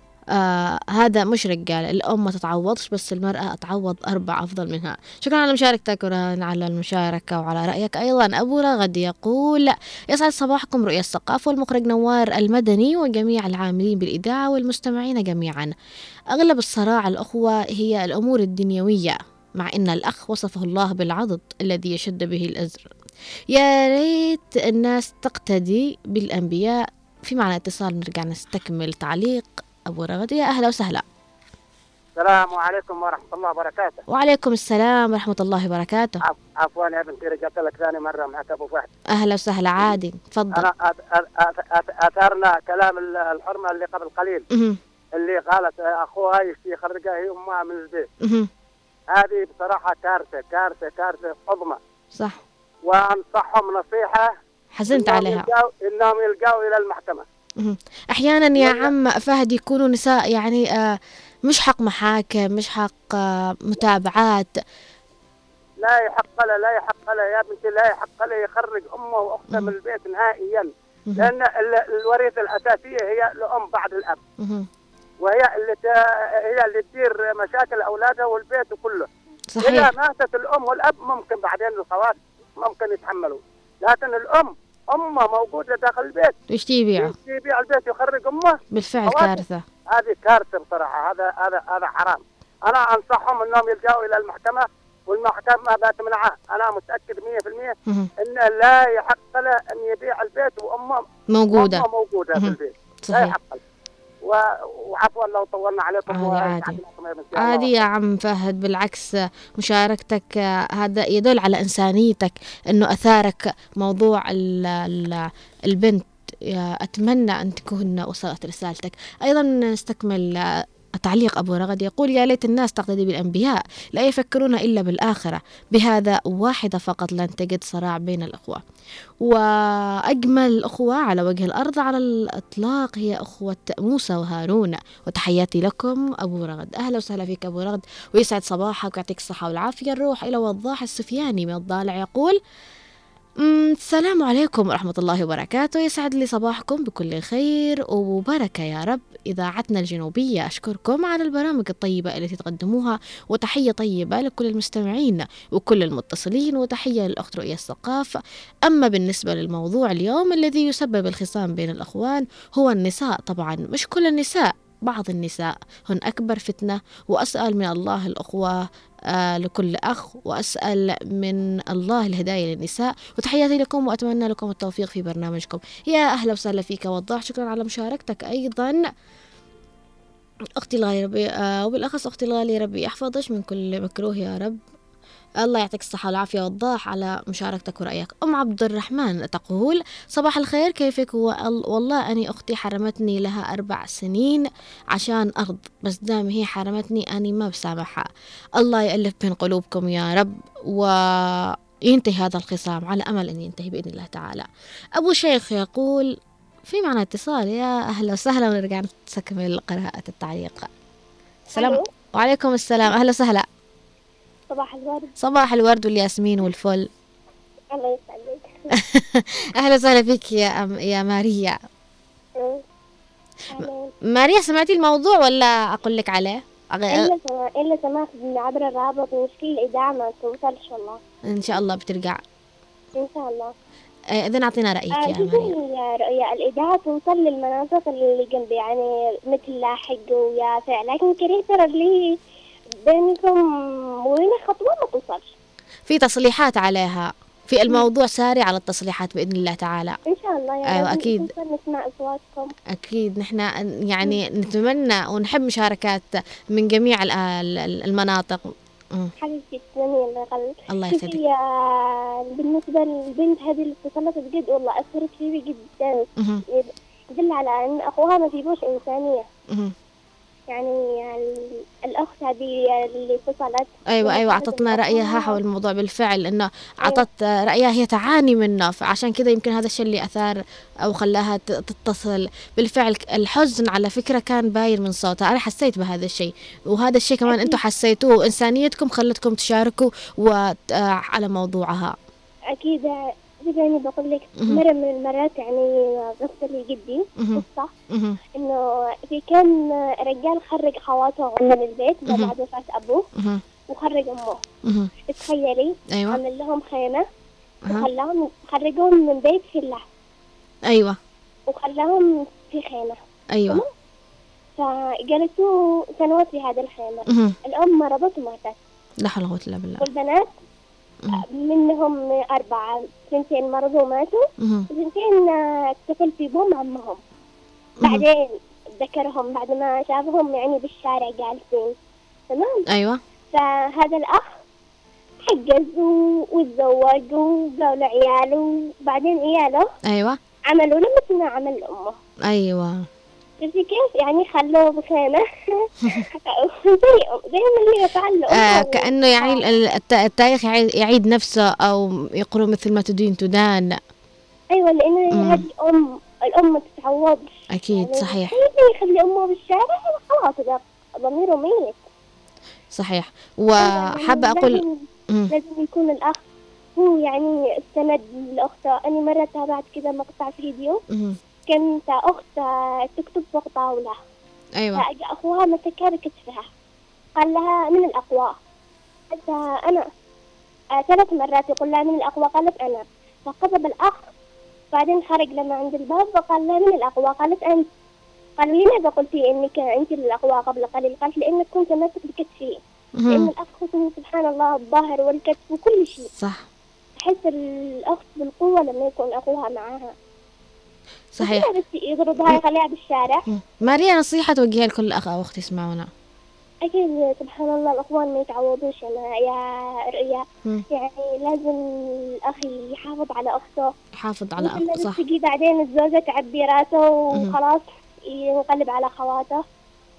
هذا مش رجال. الأم ما تتعوضش، بس المرأة أتعوض 4 أفضل منها. شكرا على مشاركتك وران، على المشاركة وعلى رأيك. أيضا أبو رغد يقول يسعد صباحكم رؤيا الثقافة والمخرج نوار المدني وجميع العاملين بالإذاعة والمستمعين جميعا. أغلب الصراع الأخوة هي الأمور الدنيوية، مع إن الأخ وصفه الله بالعضد الذي يشد به الأزر. يا ريت الناس تقتدي بالأنبياء. في معنى اتصال، نرجع نستكمل تعليق أبو رغد. يا أهلا وسهلا. السلام عليكم ورحمة الله وبركاته. وعليكم السلام ورحمة الله وبركاته. عفوا يا بنتي، رجعت لك ثاني مرة معك أبو فهد. أهلا وسهلا، عادي تفضل. أنا أثرنا كلام الحرمة اللي قبل قليل اللي قالت أخوها يشتي يخرجها هي أمها من البيت. هذه بصراحة كارثة عظمى. صح. وأنصحهم نصيحة، حزنت عليها، إنهم يلقوا إلى المحكمة. أحيانا يا عم فهد يكونوا نساء يعني مش حق محاكم، مش حق متابعات. لا يحق له يا بنتي، لا يحق له يخرج أمه وأخته من البيت نهائيا، لأن الوريثة الأساسية هي الأم بعد الأب، وهي اللي تدير مشاكل أولادها والبيت وكله. صحيح. إذا ماتت الأم والأب ممكن بعدين الخوات ممكن يتحملوا، لكن الأم أمه موجودة داخل البيت، يشتي يبيع البيت يخرج أمه، بالفعل كارثة. هذه كارثة بصراحة. هذا حرام. أنا أنصحهم أنهم يلجأوا إلى المحكمة، والمحكمة بتمنعه. أنا متأكد 100% أن لا يحق له أن يبيع البيت وأمه موجودة في البيت. صحيح. لا يحق له. وعفوا لو طولنا عليكم. عادي يا عم فهد، بالعكس مشاركتك هذا يدل على إنسانيتك، أنه أثارك موضوع البنت. أتمنى أن تكون وصلت رسالتك. أيضا نستكمل تعليق أبو رغد يقول: يا ليت الناس تقتدي بالأنبياء، لا يفكرون إلا بالآخرة، بهذا واحدة فقط لن تجد صراع بين الأخوة. وأجمل الأخوة على وجه الأرض على الإطلاق هي أخوة موسى وهارون. وتحياتي لكم أبو رغد. أهلا وسهلا فيك أبو رغد، ويسعد صباحك ويعطيك الصحة والعافية. نروح إلى وضاح السفياني من الضالع، يقول: السلام عليكم ورحمة الله وبركاته، يسعد لي صباحكم بكل خير وبركة يا رب. إذاعتنا الجنوبية أشكركم على البرامج الطيبة التي تقدموها، وتحية طيبة لكل المستمعين وكل المتصلين، وتحية للأخت رؤية الثقاف. أما بالنسبة للموضوع اليوم الذي يسبب الخصام بين الأخوان هو النساء، طبعا مش كل النساء، بعض النساء هن أكبر فتنة. وأسأل من الله الأخوة لكل أخ، وأسأل من الله الهداية للنساء. وتحياتي لكم وأتمنى لكم التوفيق في برنامجكم. يا أهلا وسهلا فيك وضاح، شكرا على مشاركتك أيضا أختي الغالية. ربي وبالأخص أختي الغالية ربي يحفظك من كل مكروه يا رب. الله يعطيك الصحة والعافية وضاح على مشاركتك ورأيك. أم عبد الرحمن تقول: صباح الخير، كيفك؟ والله أني أختي حرمتني لها 4 سنين عشان أرض، بس دام هي حرمتني أني ما بسامحها. الله يألف بين قلوبكم يا رب، وينتهي هذا الخصام على أمل أن ينتهي بإذن الله تعالى. أبو شيخ يقول: في معنا اتصال، يا أهلا وسهلا، ونرجع نستكمل قراءة التعليق. السلام. وعليكم السلام، أهلا وسهلا. صباح الورد. صباح الورد والياسمين والفل. الله يسعدك. أهلا وسهلا فيك يا ماريا. ماريا، سمعتي الموضوع ولا أقول لك عليه؟ إلا سمعت عبر الرابط، ومشكلة الإذاعة ما توصلش والله. إن شاء الله بترجع إن شاء الله. إذن أعطينا رأيك يا ماريا. يا رؤيا، الإذاعة توصل للمناطق اللي جنبي، يعني مثل لاحق ويافع، لكن كريتر اللي بينكم وين خطوة ما توصلش. في تصليحات عليها، في الموضوع ساري على التصليحات بإذن الله تعالى. إن شاء الله يا أيوة رب. أكيد نسمع أصواتكم. أكيد، نحن يعني نتمنى ونحب مشاركات من جميع المناطق. حبيبتي تسلمي، الله يخليك. الله يسعدك. بالنسبة للبنت هذه اللي اتصلت بجد والله أثرت فيي جدا، يدل على أن أخوها ما فيهوش إنسانية. يعني الأخت هذه اللي اتصلت، أيوة أعطتنا رأيها حول الموضوع بالفعل، إنه أعطت رأيها هي تعاني منه، فعشان كذا يمكن هذا الشيء اللي أثار أو خلاها تتصل. بالفعل الحزن على فكرة كان باين من صوتها، أنا حسيت بهذا الشيء، وهذا الشيء كمان أنتم حسيتوه، إنسانيتكم خلتكم تشاركوا على موضوعها. أكيد. يعني بقول لك مرة من المرات يعني قصة لي جدي قصة إنه في كان رجال خرج خواته من البيت بعد وفاة أبوه، وخرج أمه. تخيلي. أيوة. عمل لهم خيمة وخلاهم، خرجهم من بيت فيلا. أيوة. وخلاهم في خيمة. أيوة. فجلسوا سنوات في هذا الخيمة. الأم مرضت وماتت. لا حول ولا قوة إلا بالله. والبنات منهم 4، 2 مرضوا وماتوا، 2 اكتفل في بوم عمهم. بعدين ذكرهم بعد ما شافهم يعني بالشارع جالسين. تمام. أيوة. فهذا الأخ حجز وتزوج وقالوا عياله، وبعدين عياله أيوة عملوا له مثل ما عمل أمه. أيوة. شفتي كيف؟ يعني خلوه بخيمة زي ما هي فعل كأنه يعني التاريخ يعيد نفسه، أو يقولوا مثل ما تدين تدان. أيوة، لأنه هذه الأم ما تتعوض. أكيد. يعني صحيح. يخلي أمه بالشارع خلاص ده ضميره ميت. صحيح. وحابة أقول لازم يكون الأخ هو يعني السند لأخته. أنا مرة تابعت كذا مقطع فيديو، كانت أخت تكتب فوق طاولة. أيوة. فأجا أخوها مسكها بكتفها، قال لها من الأقوى. حتى أنا 3 مرات يقول لها من الأقوى، قالت أنا. فقضب الأخ، بعدين خرج لما عند الباب وقال لها من الأقوى، قالت أنت. قالوا لماذا قلتي إنك أنت الأقوى قبل قليل؟ قالت لأنك كنت ماسك بكتفي. لأن الأخ سبحان الله الظاهر والكتف وكل شيء. صح. تحس الأخت بالقوة لما يكون أخوها معها. صحيح. بس يضربها يخليها بالشارع. ماريا، نصيحة توجهها لكل أخ أو أخت يسمعونا. أكيد. سبحان الله الأخوان ما يتعوضوش يا رؤيا. يعني لازم الأخ يحافظ على أخته، يحافظ على أخته. صح. تجي بعدين الزوجة تعبي راسه وخلاص ينقلب على خواته.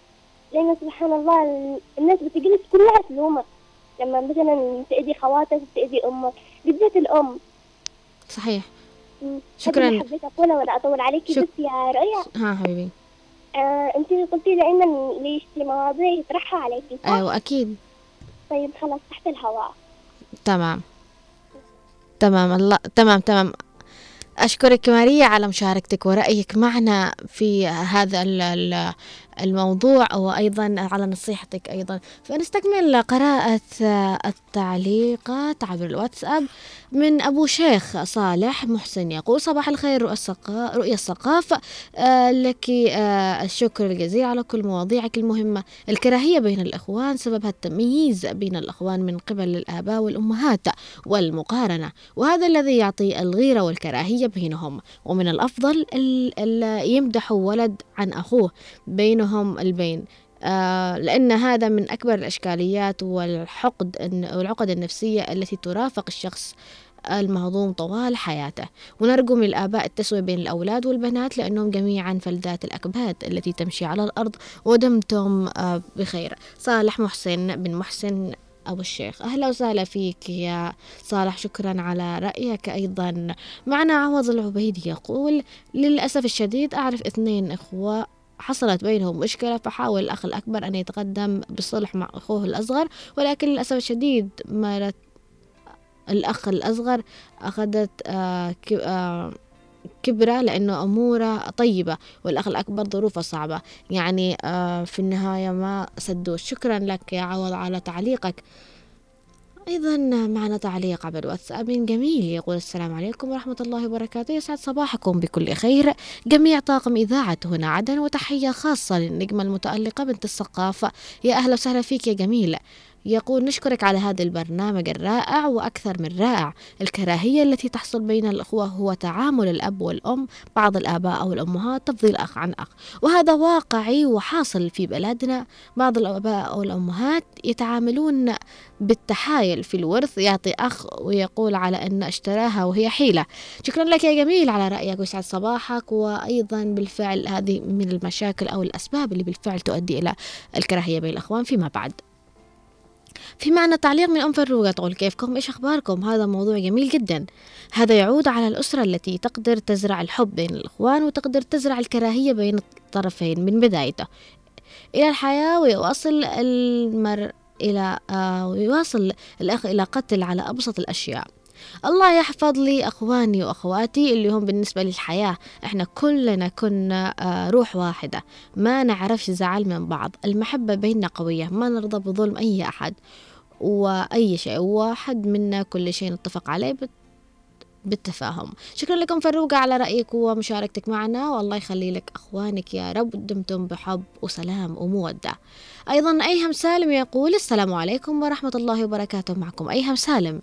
لأن سبحان الله الناس بتجلس كلها تلومك لما مثلا تأذي خواتك تأذي أمك، بالذات الأم. صحيح. شكرا. حبيت أقولها ولا أطول عليكي بس يا رؤيا. ها حبيبي. أنت قلتي دائما ليش مواضيع يطرحها عليكي صح؟ أيوة أكيد. طيب خلاص تحت الهواء. تمام الله تمام. أشكرك ماريا على مشاركتك ورأيك معنا في هذا الموضوع وأيضا على نصيحتك أيضا. فنستكمل قراءة التعليقات عبر الواتساب من أبو شيخ صالح محسن. يقول: صباح الخير رؤيا الثقافة، لك الشكر الجزيل على كل مواضيعك المهمة. الكراهية بين الإخوان سببها التمييز بين الإخوان من قبل الآباء والأمهات والمقارنة، وهذا الذي يعطي الغيرة والكراهية بينهم. ومن الأفضل يمدحوا ولد عن أخوه بينهم البين، لأن هذا من أكبر الإشكاليات والعقد النفسية التي ترافق الشخص المهضوم طوال حياته. ونرجو من الآباء التسوية بين الأولاد والبنات لأنهم جميعا فلذات الأكباد التي تمشي على الأرض. ودمتم بخير. صالح محسن بن محسن أبو الشيخ، أهلا وسهلا فيك يا صالح، شكرا على رأيك. أيضا معنا عوض العبيدي يقول: للأسف الشديد أعرف 2 إخوة حصلت بينهم مشكلة، فحاول الأخ الأكبر أن يتقدم بالصلح مع أخوه الأصغر، ولكن للأسف الشديد مرت الأخ الأصغر أخذت كبرة لأنه أموره طيبة، والأخ الأكبر ظروفه صعبة، يعني في النهاية ما سدوش. شكرا لك يا عوض على تعليقك. أيضا معنا تعليق عبر واتساب من جميل يقول: السلام عليكم ورحمة الله وبركاته، يسعد صباحكم بكل خير جميع طاقم إذاعة هنا عدن، وتحية خاصة للنجمة المتألقة بنت الثقافة. يا أهلا وسهلا فيك يا جميل. يقول: نشكرك على هذا البرنامج الرائع وأكثر من رائع. الكراهية التي تحصل بين الأخوة هو تعامل الأب والأم، بعض الآباء أو الأمهات تفضيل أخ عن أخ، وهذا واقعي وحاصل في بلادنا. بعض الآباء أو الأمهات يتعاملون بالتحايل في الورث، يعطي أخ ويقول على أن اشتراها وهي حيلة. شكرا لك يا جميل على رأيك ويسعد صباحك. وأيضا بالفعل هذه من المشاكل أو الأسباب اللي بالفعل تؤدي إلى الكراهية بين الأخوان فيما بعد. في معنى تعليق من أم فروقة تقول: كيفكم؟ إيش أخباركم؟ هذا موضوع جميل جدا. هذا يعود على الأسرة التي تقدر تزرع الحب بين الإخوان وتقدر تزرع الكراهية بين الطرفين من بدايته إلى الحياة، ويواصل ويواصل الأخ إلى قتل على أبسط الأشياء. الله يحفظ لي أخواني وأخواتي اللي هم بالنسبة للحياة إحنا كلنا كنا روح واحدة، ما نعرفش زعل من بعض، المحبة بيننا قوية، ما نرضى بظلم أي أحد وأي شيء، واحد منا كل شيء نتفق عليه بالتفاهم. شكرا لكم فروقة على رأيك ومشاركتك معنا، والله يخلي لك أخوانك يا رب، دمتم بحب وسلام ومودة. أيضا أيهم سالم يقول: السلام عليكم ورحمة الله وبركاته. معكم أيهم سالم.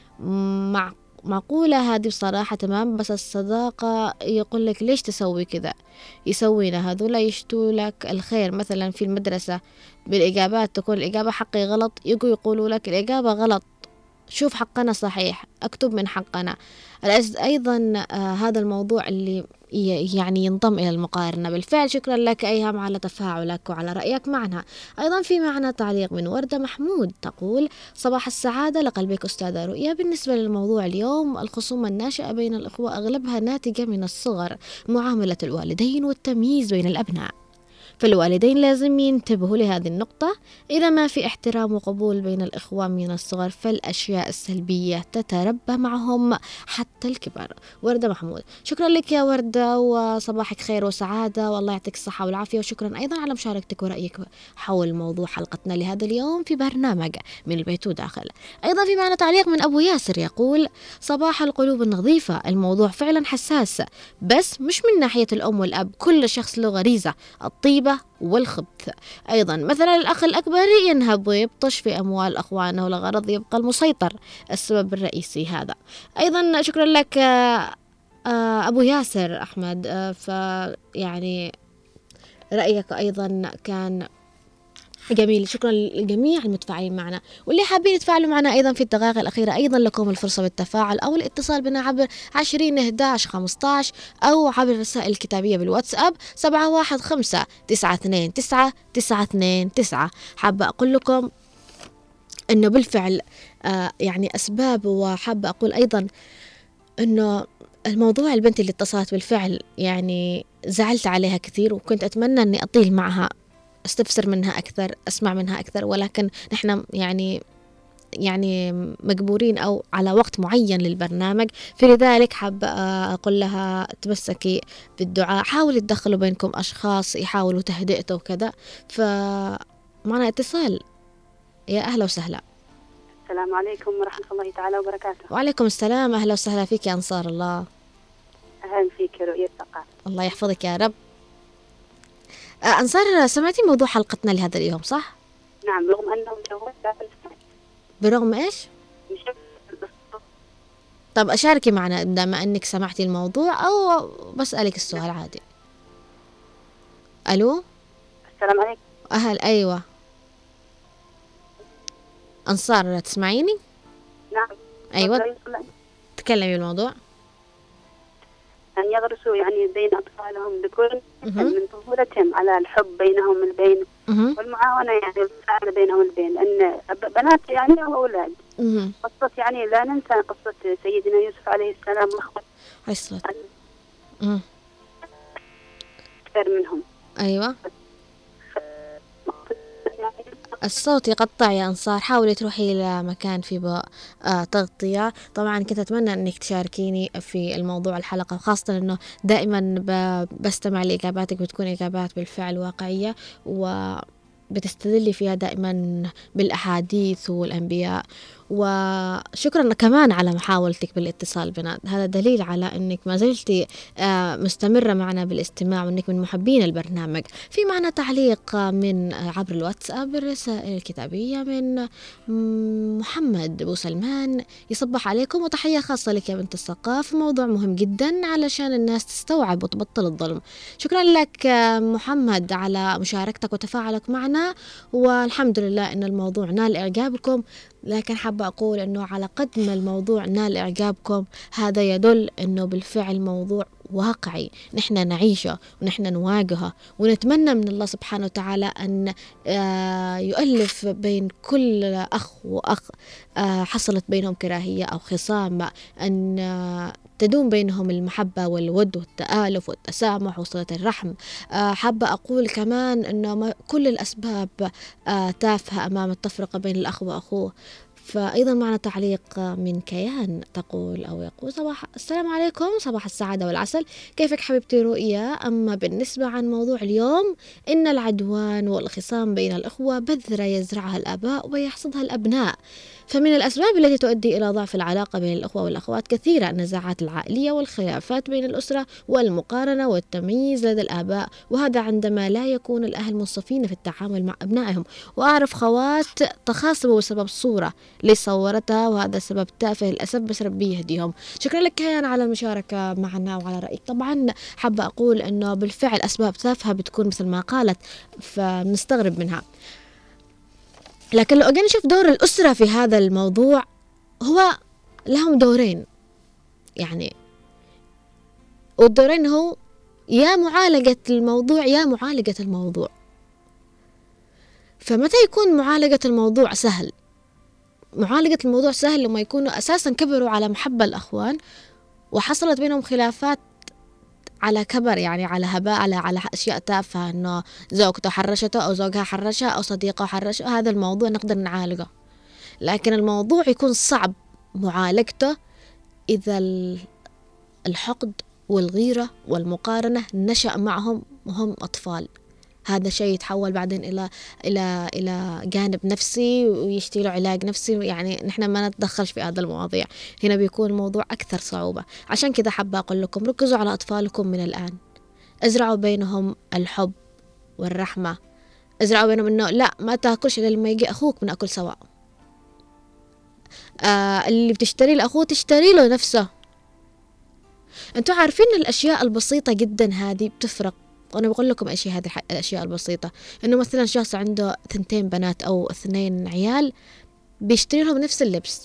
معقولة هذه بصراحة تمام، بس الصداقة يقول لك ليش تسوي كذا، يسوينا هذولا يشتوا لك الخير. مثلا في المدرسة بالإجابات تكون الإجابة حقي غلط، يقولوا لك الإجابة غلط، شوف حقنا صحيح، اكتب من حقنا. أيضا هذا الموضوع اللي يعني ينضم إلى المقارنة. بالفعل شكرا لك أيهم على تفاعلك وعلى رأيك معنا. أيضا في معنا تعليق من وردة محمود تقول: صباح السعادة لقلبك أستاذة رؤيا. بالنسبة للموضوع اليوم، الخصومة الناشئة بين الأخوة أغلبها ناتجة من الصغر، معاملة الوالدين والتمييز بين الأبناء، فالوالدين لازم ينتبهوا لهذه النقطة. إذا ما في احترام وقبول بين الإخوان من الصغر، فالأشياء السلبية تتربى معهم حتى الكبر. وردة محمود، شكرا لك يا وردة، وصباحك خير وسعادة، والله يعطيك الصحة والعافية. وشكرا أيضا على مشاركتك ورأيك حول موضوع حلقتنا لهذا اليوم في برنامج من البيت وداخل. أيضا في معنا تعليق من أبو ياسر يقول: صباح القلوب النظيفة. الموضوع فعلا حساس، بس مش من ناحية الأم والأب، كل شخص له غريزة الطيبة والخبث. أيضا مثلا الأخ الأكبر ينهب ويبطش في أموال أخوانه لغرض يبقى المسيطر، السبب الرئيسي هذا. أيضا شكرا لك أبو ياسر أحمد، فيعني رأيك أيضا كان جميل، شكرا للجميع المتفاعلين معنا، واللي حابين يتفاعلوا معنا أيضا في الدقائق الأخيرة أيضا لكم الفرصة بالتفاعل أو الاتصال بنا عبر 20 11 15 أو عبر الرسائل الكتابية بالواتساب 715 929 929. حابة أقول لكم أنه بالفعل يعني أسباب، وحابة أقول أيضا أنه الموضوع البنت اللي اتصلت بالفعل يعني زعلت عليها كثير، وكنت أتمنى أني أطيل معها، استفسر منها أكثر، أسمع منها أكثر، ولكن نحن يعني مجبورين أو على وقت معين للبرنامج، فلذلك حابة أقول لها تمسكي بالدعاء، حاولوا تدخلوا بينكم أشخاص يحاولوا تهدئته وكذا. فمعنا اتصال، يا أهلا وسهلا. السلام عليكم ورحمة الله تعالى وبركاته. وعليكم السلام، أهلا وسهلا فيك يا أنصار الله. أهلا فيك رؤية الثقافة. الله يحفظك يا رب. أنصار، سمعتي موضوع حلقتنا لهذا اليوم صح؟ نعم، رغم أنه مجهول. برغم إيش؟ طب أشاركي معنا عندما أنك سمعتي الموضوع أو بسألك السؤال عادي؟ ألو، السلام عليكم. أيوة أنصار، تسمعيني؟ نعم. أيوة تكلمي الموضوع. أن يغرسوا يعني بين أطفالهم بكل من طفولتهم على الحب بينهم البين والمعاونة، يعني المساعدة بينهم البين، أن بنات يعني أو أولاد. قصة يعني لا ننسى قصة سيدنا يوسف عليه السلام وأخوته عليه الصلاة أكثر منهم. أيوة الصوت يقطع يا أنصار، حاولي تروحي إلى مكان فيه تغطية. طبعا كنت أتمنى أنك تشاركيني في الموضوع الحلقة، وخاصة أنه دائما بستمع لإجاباتك، بتكون إجابات بالفعل واقعية وبتستدلي فيها دائما بالأحاديث والأنبياء. وشكرا كمان على محاولتك بالاتصال بنا، هذا دليل على أنك ما زلتي مستمرة معنا بالاستماع، وأنك من محبين البرنامج. في معنا تعليق من عبر الواتساب الرسائل الكتابية من محمد أبو سلمان، يصبح عليكم وتحية خاصة لك يا بنت الثقافة، موضوع مهم جدا علشان الناس تستوعب وتبطل الظلم. شكرا لك محمد على مشاركتك وتفاعلك معنا، والحمد لله أن الموضوع نال إعجابكم. لكن حابة أقول أنه على قد ما الموضوع نال إعجابكم، هذا يدل أنه بالفعل موضوع واقعي نحن نعيشه ونحن نواجهه، ونتمنى من الله سبحانه وتعالى أن يؤلف بين كل أخ وأخ حصلت بينهم كراهية أو خصام، أن تدوم بينهم المحبة والود والتآلف والتسامح وصلة الرحم. حابة أقول كمان أنه كل الأسباب تافهة أمام التفرقة بين الأخ وأخوه. فأيضا معنا تعليق من كيان تقول أو يقول: السلام عليكم، صباح السعادة والعسل، كيفك حبيبتي رؤيا؟ أما بالنسبة عن موضوع اليوم، إن العدوان والخصام بين الأخوة بذرة يزرعها الآباء ويحصدها الأبناء، فمن الأسباب التي تؤدي إلى ضعف العلاقة بين الأخوة والأخوات كثيرة: النزاعات العائلية والخلافات بين الأسرة والمقارنة والتمييز لدى الآباء، وهذا عندما لا يكون الأهل منصفين في التعامل مع أبنائهم. وأعرف خوات تخاصموا بسبب صورة ليس صورتها، وهذا سبب تافه للأسف، بس ربي يهديهم. شكرا لك كيان على المشاركة معنا وعلى رأيك. طبعا حابة أقول أنه بالفعل أسباب تافهة بتكون مثل ما قالت، فنستغرب منها. لكن لو أجينا نشوف دور الأسرة في هذا الموضوع، هو لهم دورين يعني، والدورين هو يا معالجة الموضوع يا معالجة الموضوع. فمتى يكون معالجة الموضوع سهل؟ معالجة الموضوع سهل لما يكونوا أساسا كبروا على محبة الأخوان، وحصلت بينهم خلافات على كبر، يعني على هباء، على أشياء تافهة، إنه زوجته حرشته أو زوجها حرشها أو صديقه حرشه. هذا الموضوع نقدر نعالجه. لكن الموضوع يكون صعب معالجته إذا الحقد والغيرة والمقارنة نشأ معهم وهم أطفال. هذا شيء يتحول بعدين إلى جانب نفسي ويشتيله علاج نفسي. يعني نحن ما نتدخلش في هذا المواضيع، هنا بيكون الموضوع أكثر صعوبة. عشان كذا حابة أقول لكم: ركزوا على أطفالكم من الآن، ازرعوا بينهم الحب والرحمة، ازرعوا بينهم إنه لا ما تأكلش إلا لما يجي أخوك بنأكل سوا. اللي بتشتري لأخوه تشتري له نفسه. أنتوا عارفين الأشياء البسيطة جدا هذه بتفرق وأنا بقول لكم أشياء، هذه الأشياء البسيطة، إنه مثلا شخص عنده 2 بنات أو 2 عيال بيشتري لهم نفس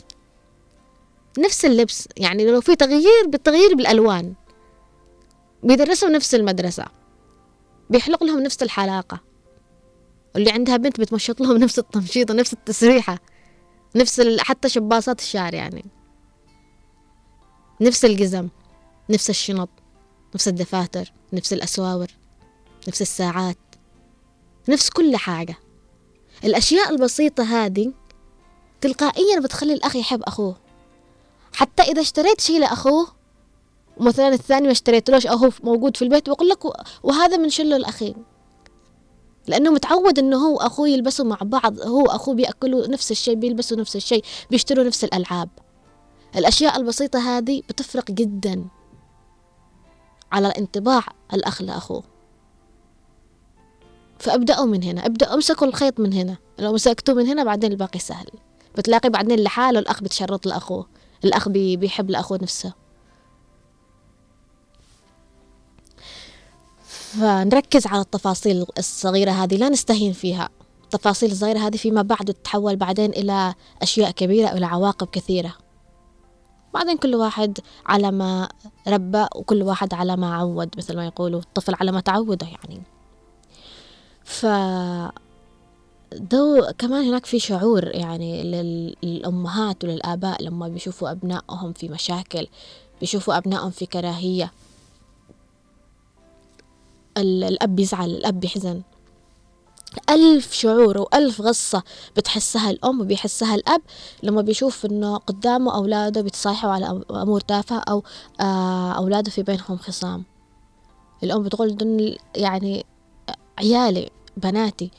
اللبس، يعني لو في تغيير بالألوان، بيدرسوا نفس المدرسة، بيحلق لهم نفس الحلاقة، واللي عندها بنت بتمشط لهم نفس التمشيط ونفس التسريحة، نفس حتى شباصات الشعر، يعني نفس الجزم، نفس الشنط، نفس الدفاتر، نفس الأسواور، نفس الساعات، نفس كل حاجة. الأشياء البسيطة هذه تلقائيا بتخلي الأخ يحب أخوه. حتى إذا اشتريت شيء لأخوه ومثلا الثاني ما اشتريتلوش أو هو موجود في البيت، بقول لك وهذا من شله الأخين، لأنه متعود إنه هو أخوه يلبسوا مع بعض، هو أخوه بيأكلوا نفس الشيء، بيلبسوا نفس الشيء، بيشتروا نفس الألعاب. الأشياء البسيطة هذه بتفرق جدا على انطباع الأخ لأخوه. فأبدأوا من هنا، أمسكوا الخيط من هنا، لو مسكتوا من هنا بعدين الباقي سهل. بتلاقي بعدين لحاله الأخ بتشرط لأخوه، الأخ بيحب لأخوه نفسه. فنركز على التفاصيل الصغيرة هذه، لا نستهين فيها. التفاصيل الصغيرة هذه فيما بعد تتحول بعدين إلى أشياء كبيرة أو إلى عواقب كثيرة. بعدين كل واحد على ما ربى وكل واحد على ما عود، مثل ما يقولوا الطفل على ما تعوده يعني. كمان هناك في شعور يعني للأمهات وللآباء لما بيشوفوا أبنائهم في مشاكل، بيشوفوا أبنائهم في كراهية. الأب يزعل، الأب يحزن، 1000 شعور و1000 غصة بتحسها الأم وبيحسها الأب لما بيشوف إنه قدامه أولاده بيتصايحوا على أمور تافهة أو أولاده في بينهم خصام. الأم بتقول دول يعني عيالي بناتي،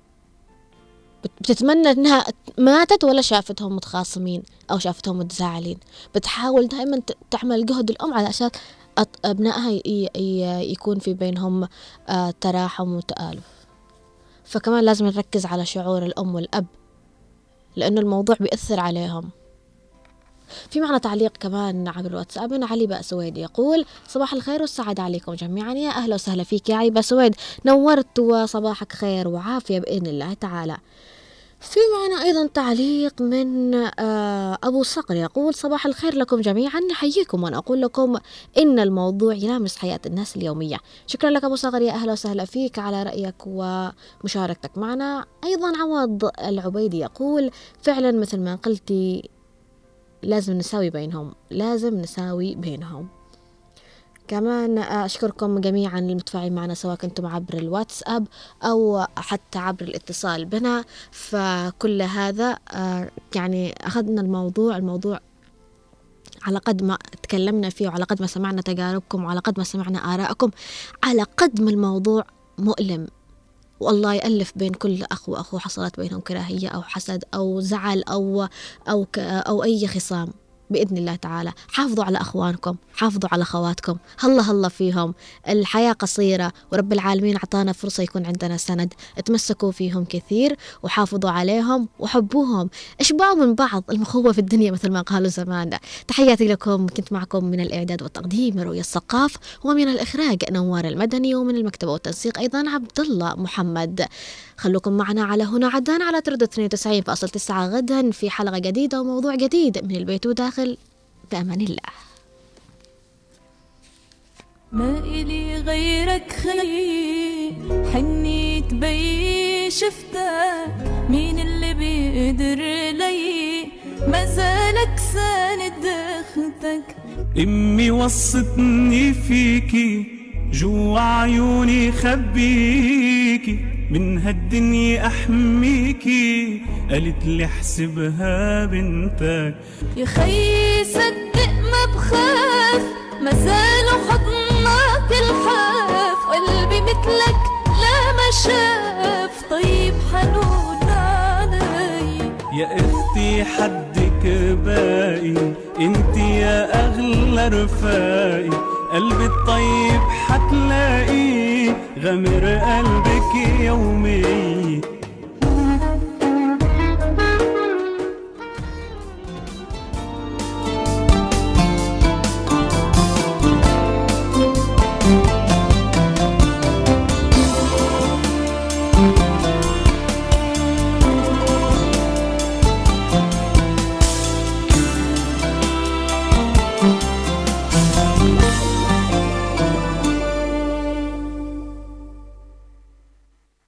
بتتمنى إنها ماتت ولا شافتهم متخاصمين أو شافتهم متزاعلين. بتحاول دائما تعمل جهد الأم على أساس أبنائها يكون في بينهم تراحم وتآلف. فكمان لازم نركز على شعور الأم والأب لأنه الموضوع بيأثر عليهم. في معنا تعليق كمان عبر الواتساب من علي بأسويد يقول: صباح الخير والسعادة عليكم جميعا. يا أهلا وسهلا فيك يا علي بأسويد، نورت وصباحك خير وعافية بإذن الله تعالى. في معنا أيضا تعليق من أبو صقر يقول: صباح الخير لكم جميعا، نحييكم ونقول لكم إن الموضوع يلامس حياة الناس اليومية. شكرا لك أبو صقر، يا أهلا وسهلا فيك على رأيك ومشاركتك معنا. أيضا عوض العبيدي يقول: فعلا مثل ما قلتي لازم نساوي بينهم. كمان أشكركم جميعا المتفاعلين معنا سواء كنتم عبر الواتساب أو حتى عبر الاتصال بنا. فكل هذا يعني أخذنا الموضوع على قد ما تكلمنا فيه وعلى قد ما سمعنا تجاربكم وعلى قد ما سمعنا آراءكم، على قد ما الموضوع مؤلم، والله يألف بين كل أخ وأخو حصلت بينهم كراهية أو حسد أو زعل أو أي خصام. بإذن الله تعالى حافظوا على أخوانكم، حافظوا على أخواتكم، هلا فيهم. الحياة قصيرة ورب العالمين أعطانا فرصة يكون عندنا سند، اتمسكوا فيهم كثير وحافظوا عليهم وحبوهم، اشبعوا من بعض، المخوة في الدنيا مثل ما قالوا زمان. تحياتي لكم، كنت معكم من الإعداد والتقديم رؤية الثقاف، ومن الإخراج نوار المدني، ومن المكتبة والتنسيق أيضا عبد الله محمد. خلوكم معنا على هنا عدن على تردد 92.9 غدا في حلقة جديدة وموضوع جديد من البيت وداخل، بأمان الله. ما إلي غيرك خلي حنيت بي شفتك، مين اللي بيقدر لي ما زالك ساند اختك. امي وصتني فيكي جوا عيوني خبيكي، من هالدنيا أحميكي، قالت لي احسبها بنتك. يا خي صدق ما بخاف، ما زالوا حضنك الحاف، قلبي مثلك لا ما شاف، طيب حنون علي. يا اختي حدك باقي، انت يا اغلى رفاقي، قلبي الطيب حتلاقي، غمر قلبك يوميا.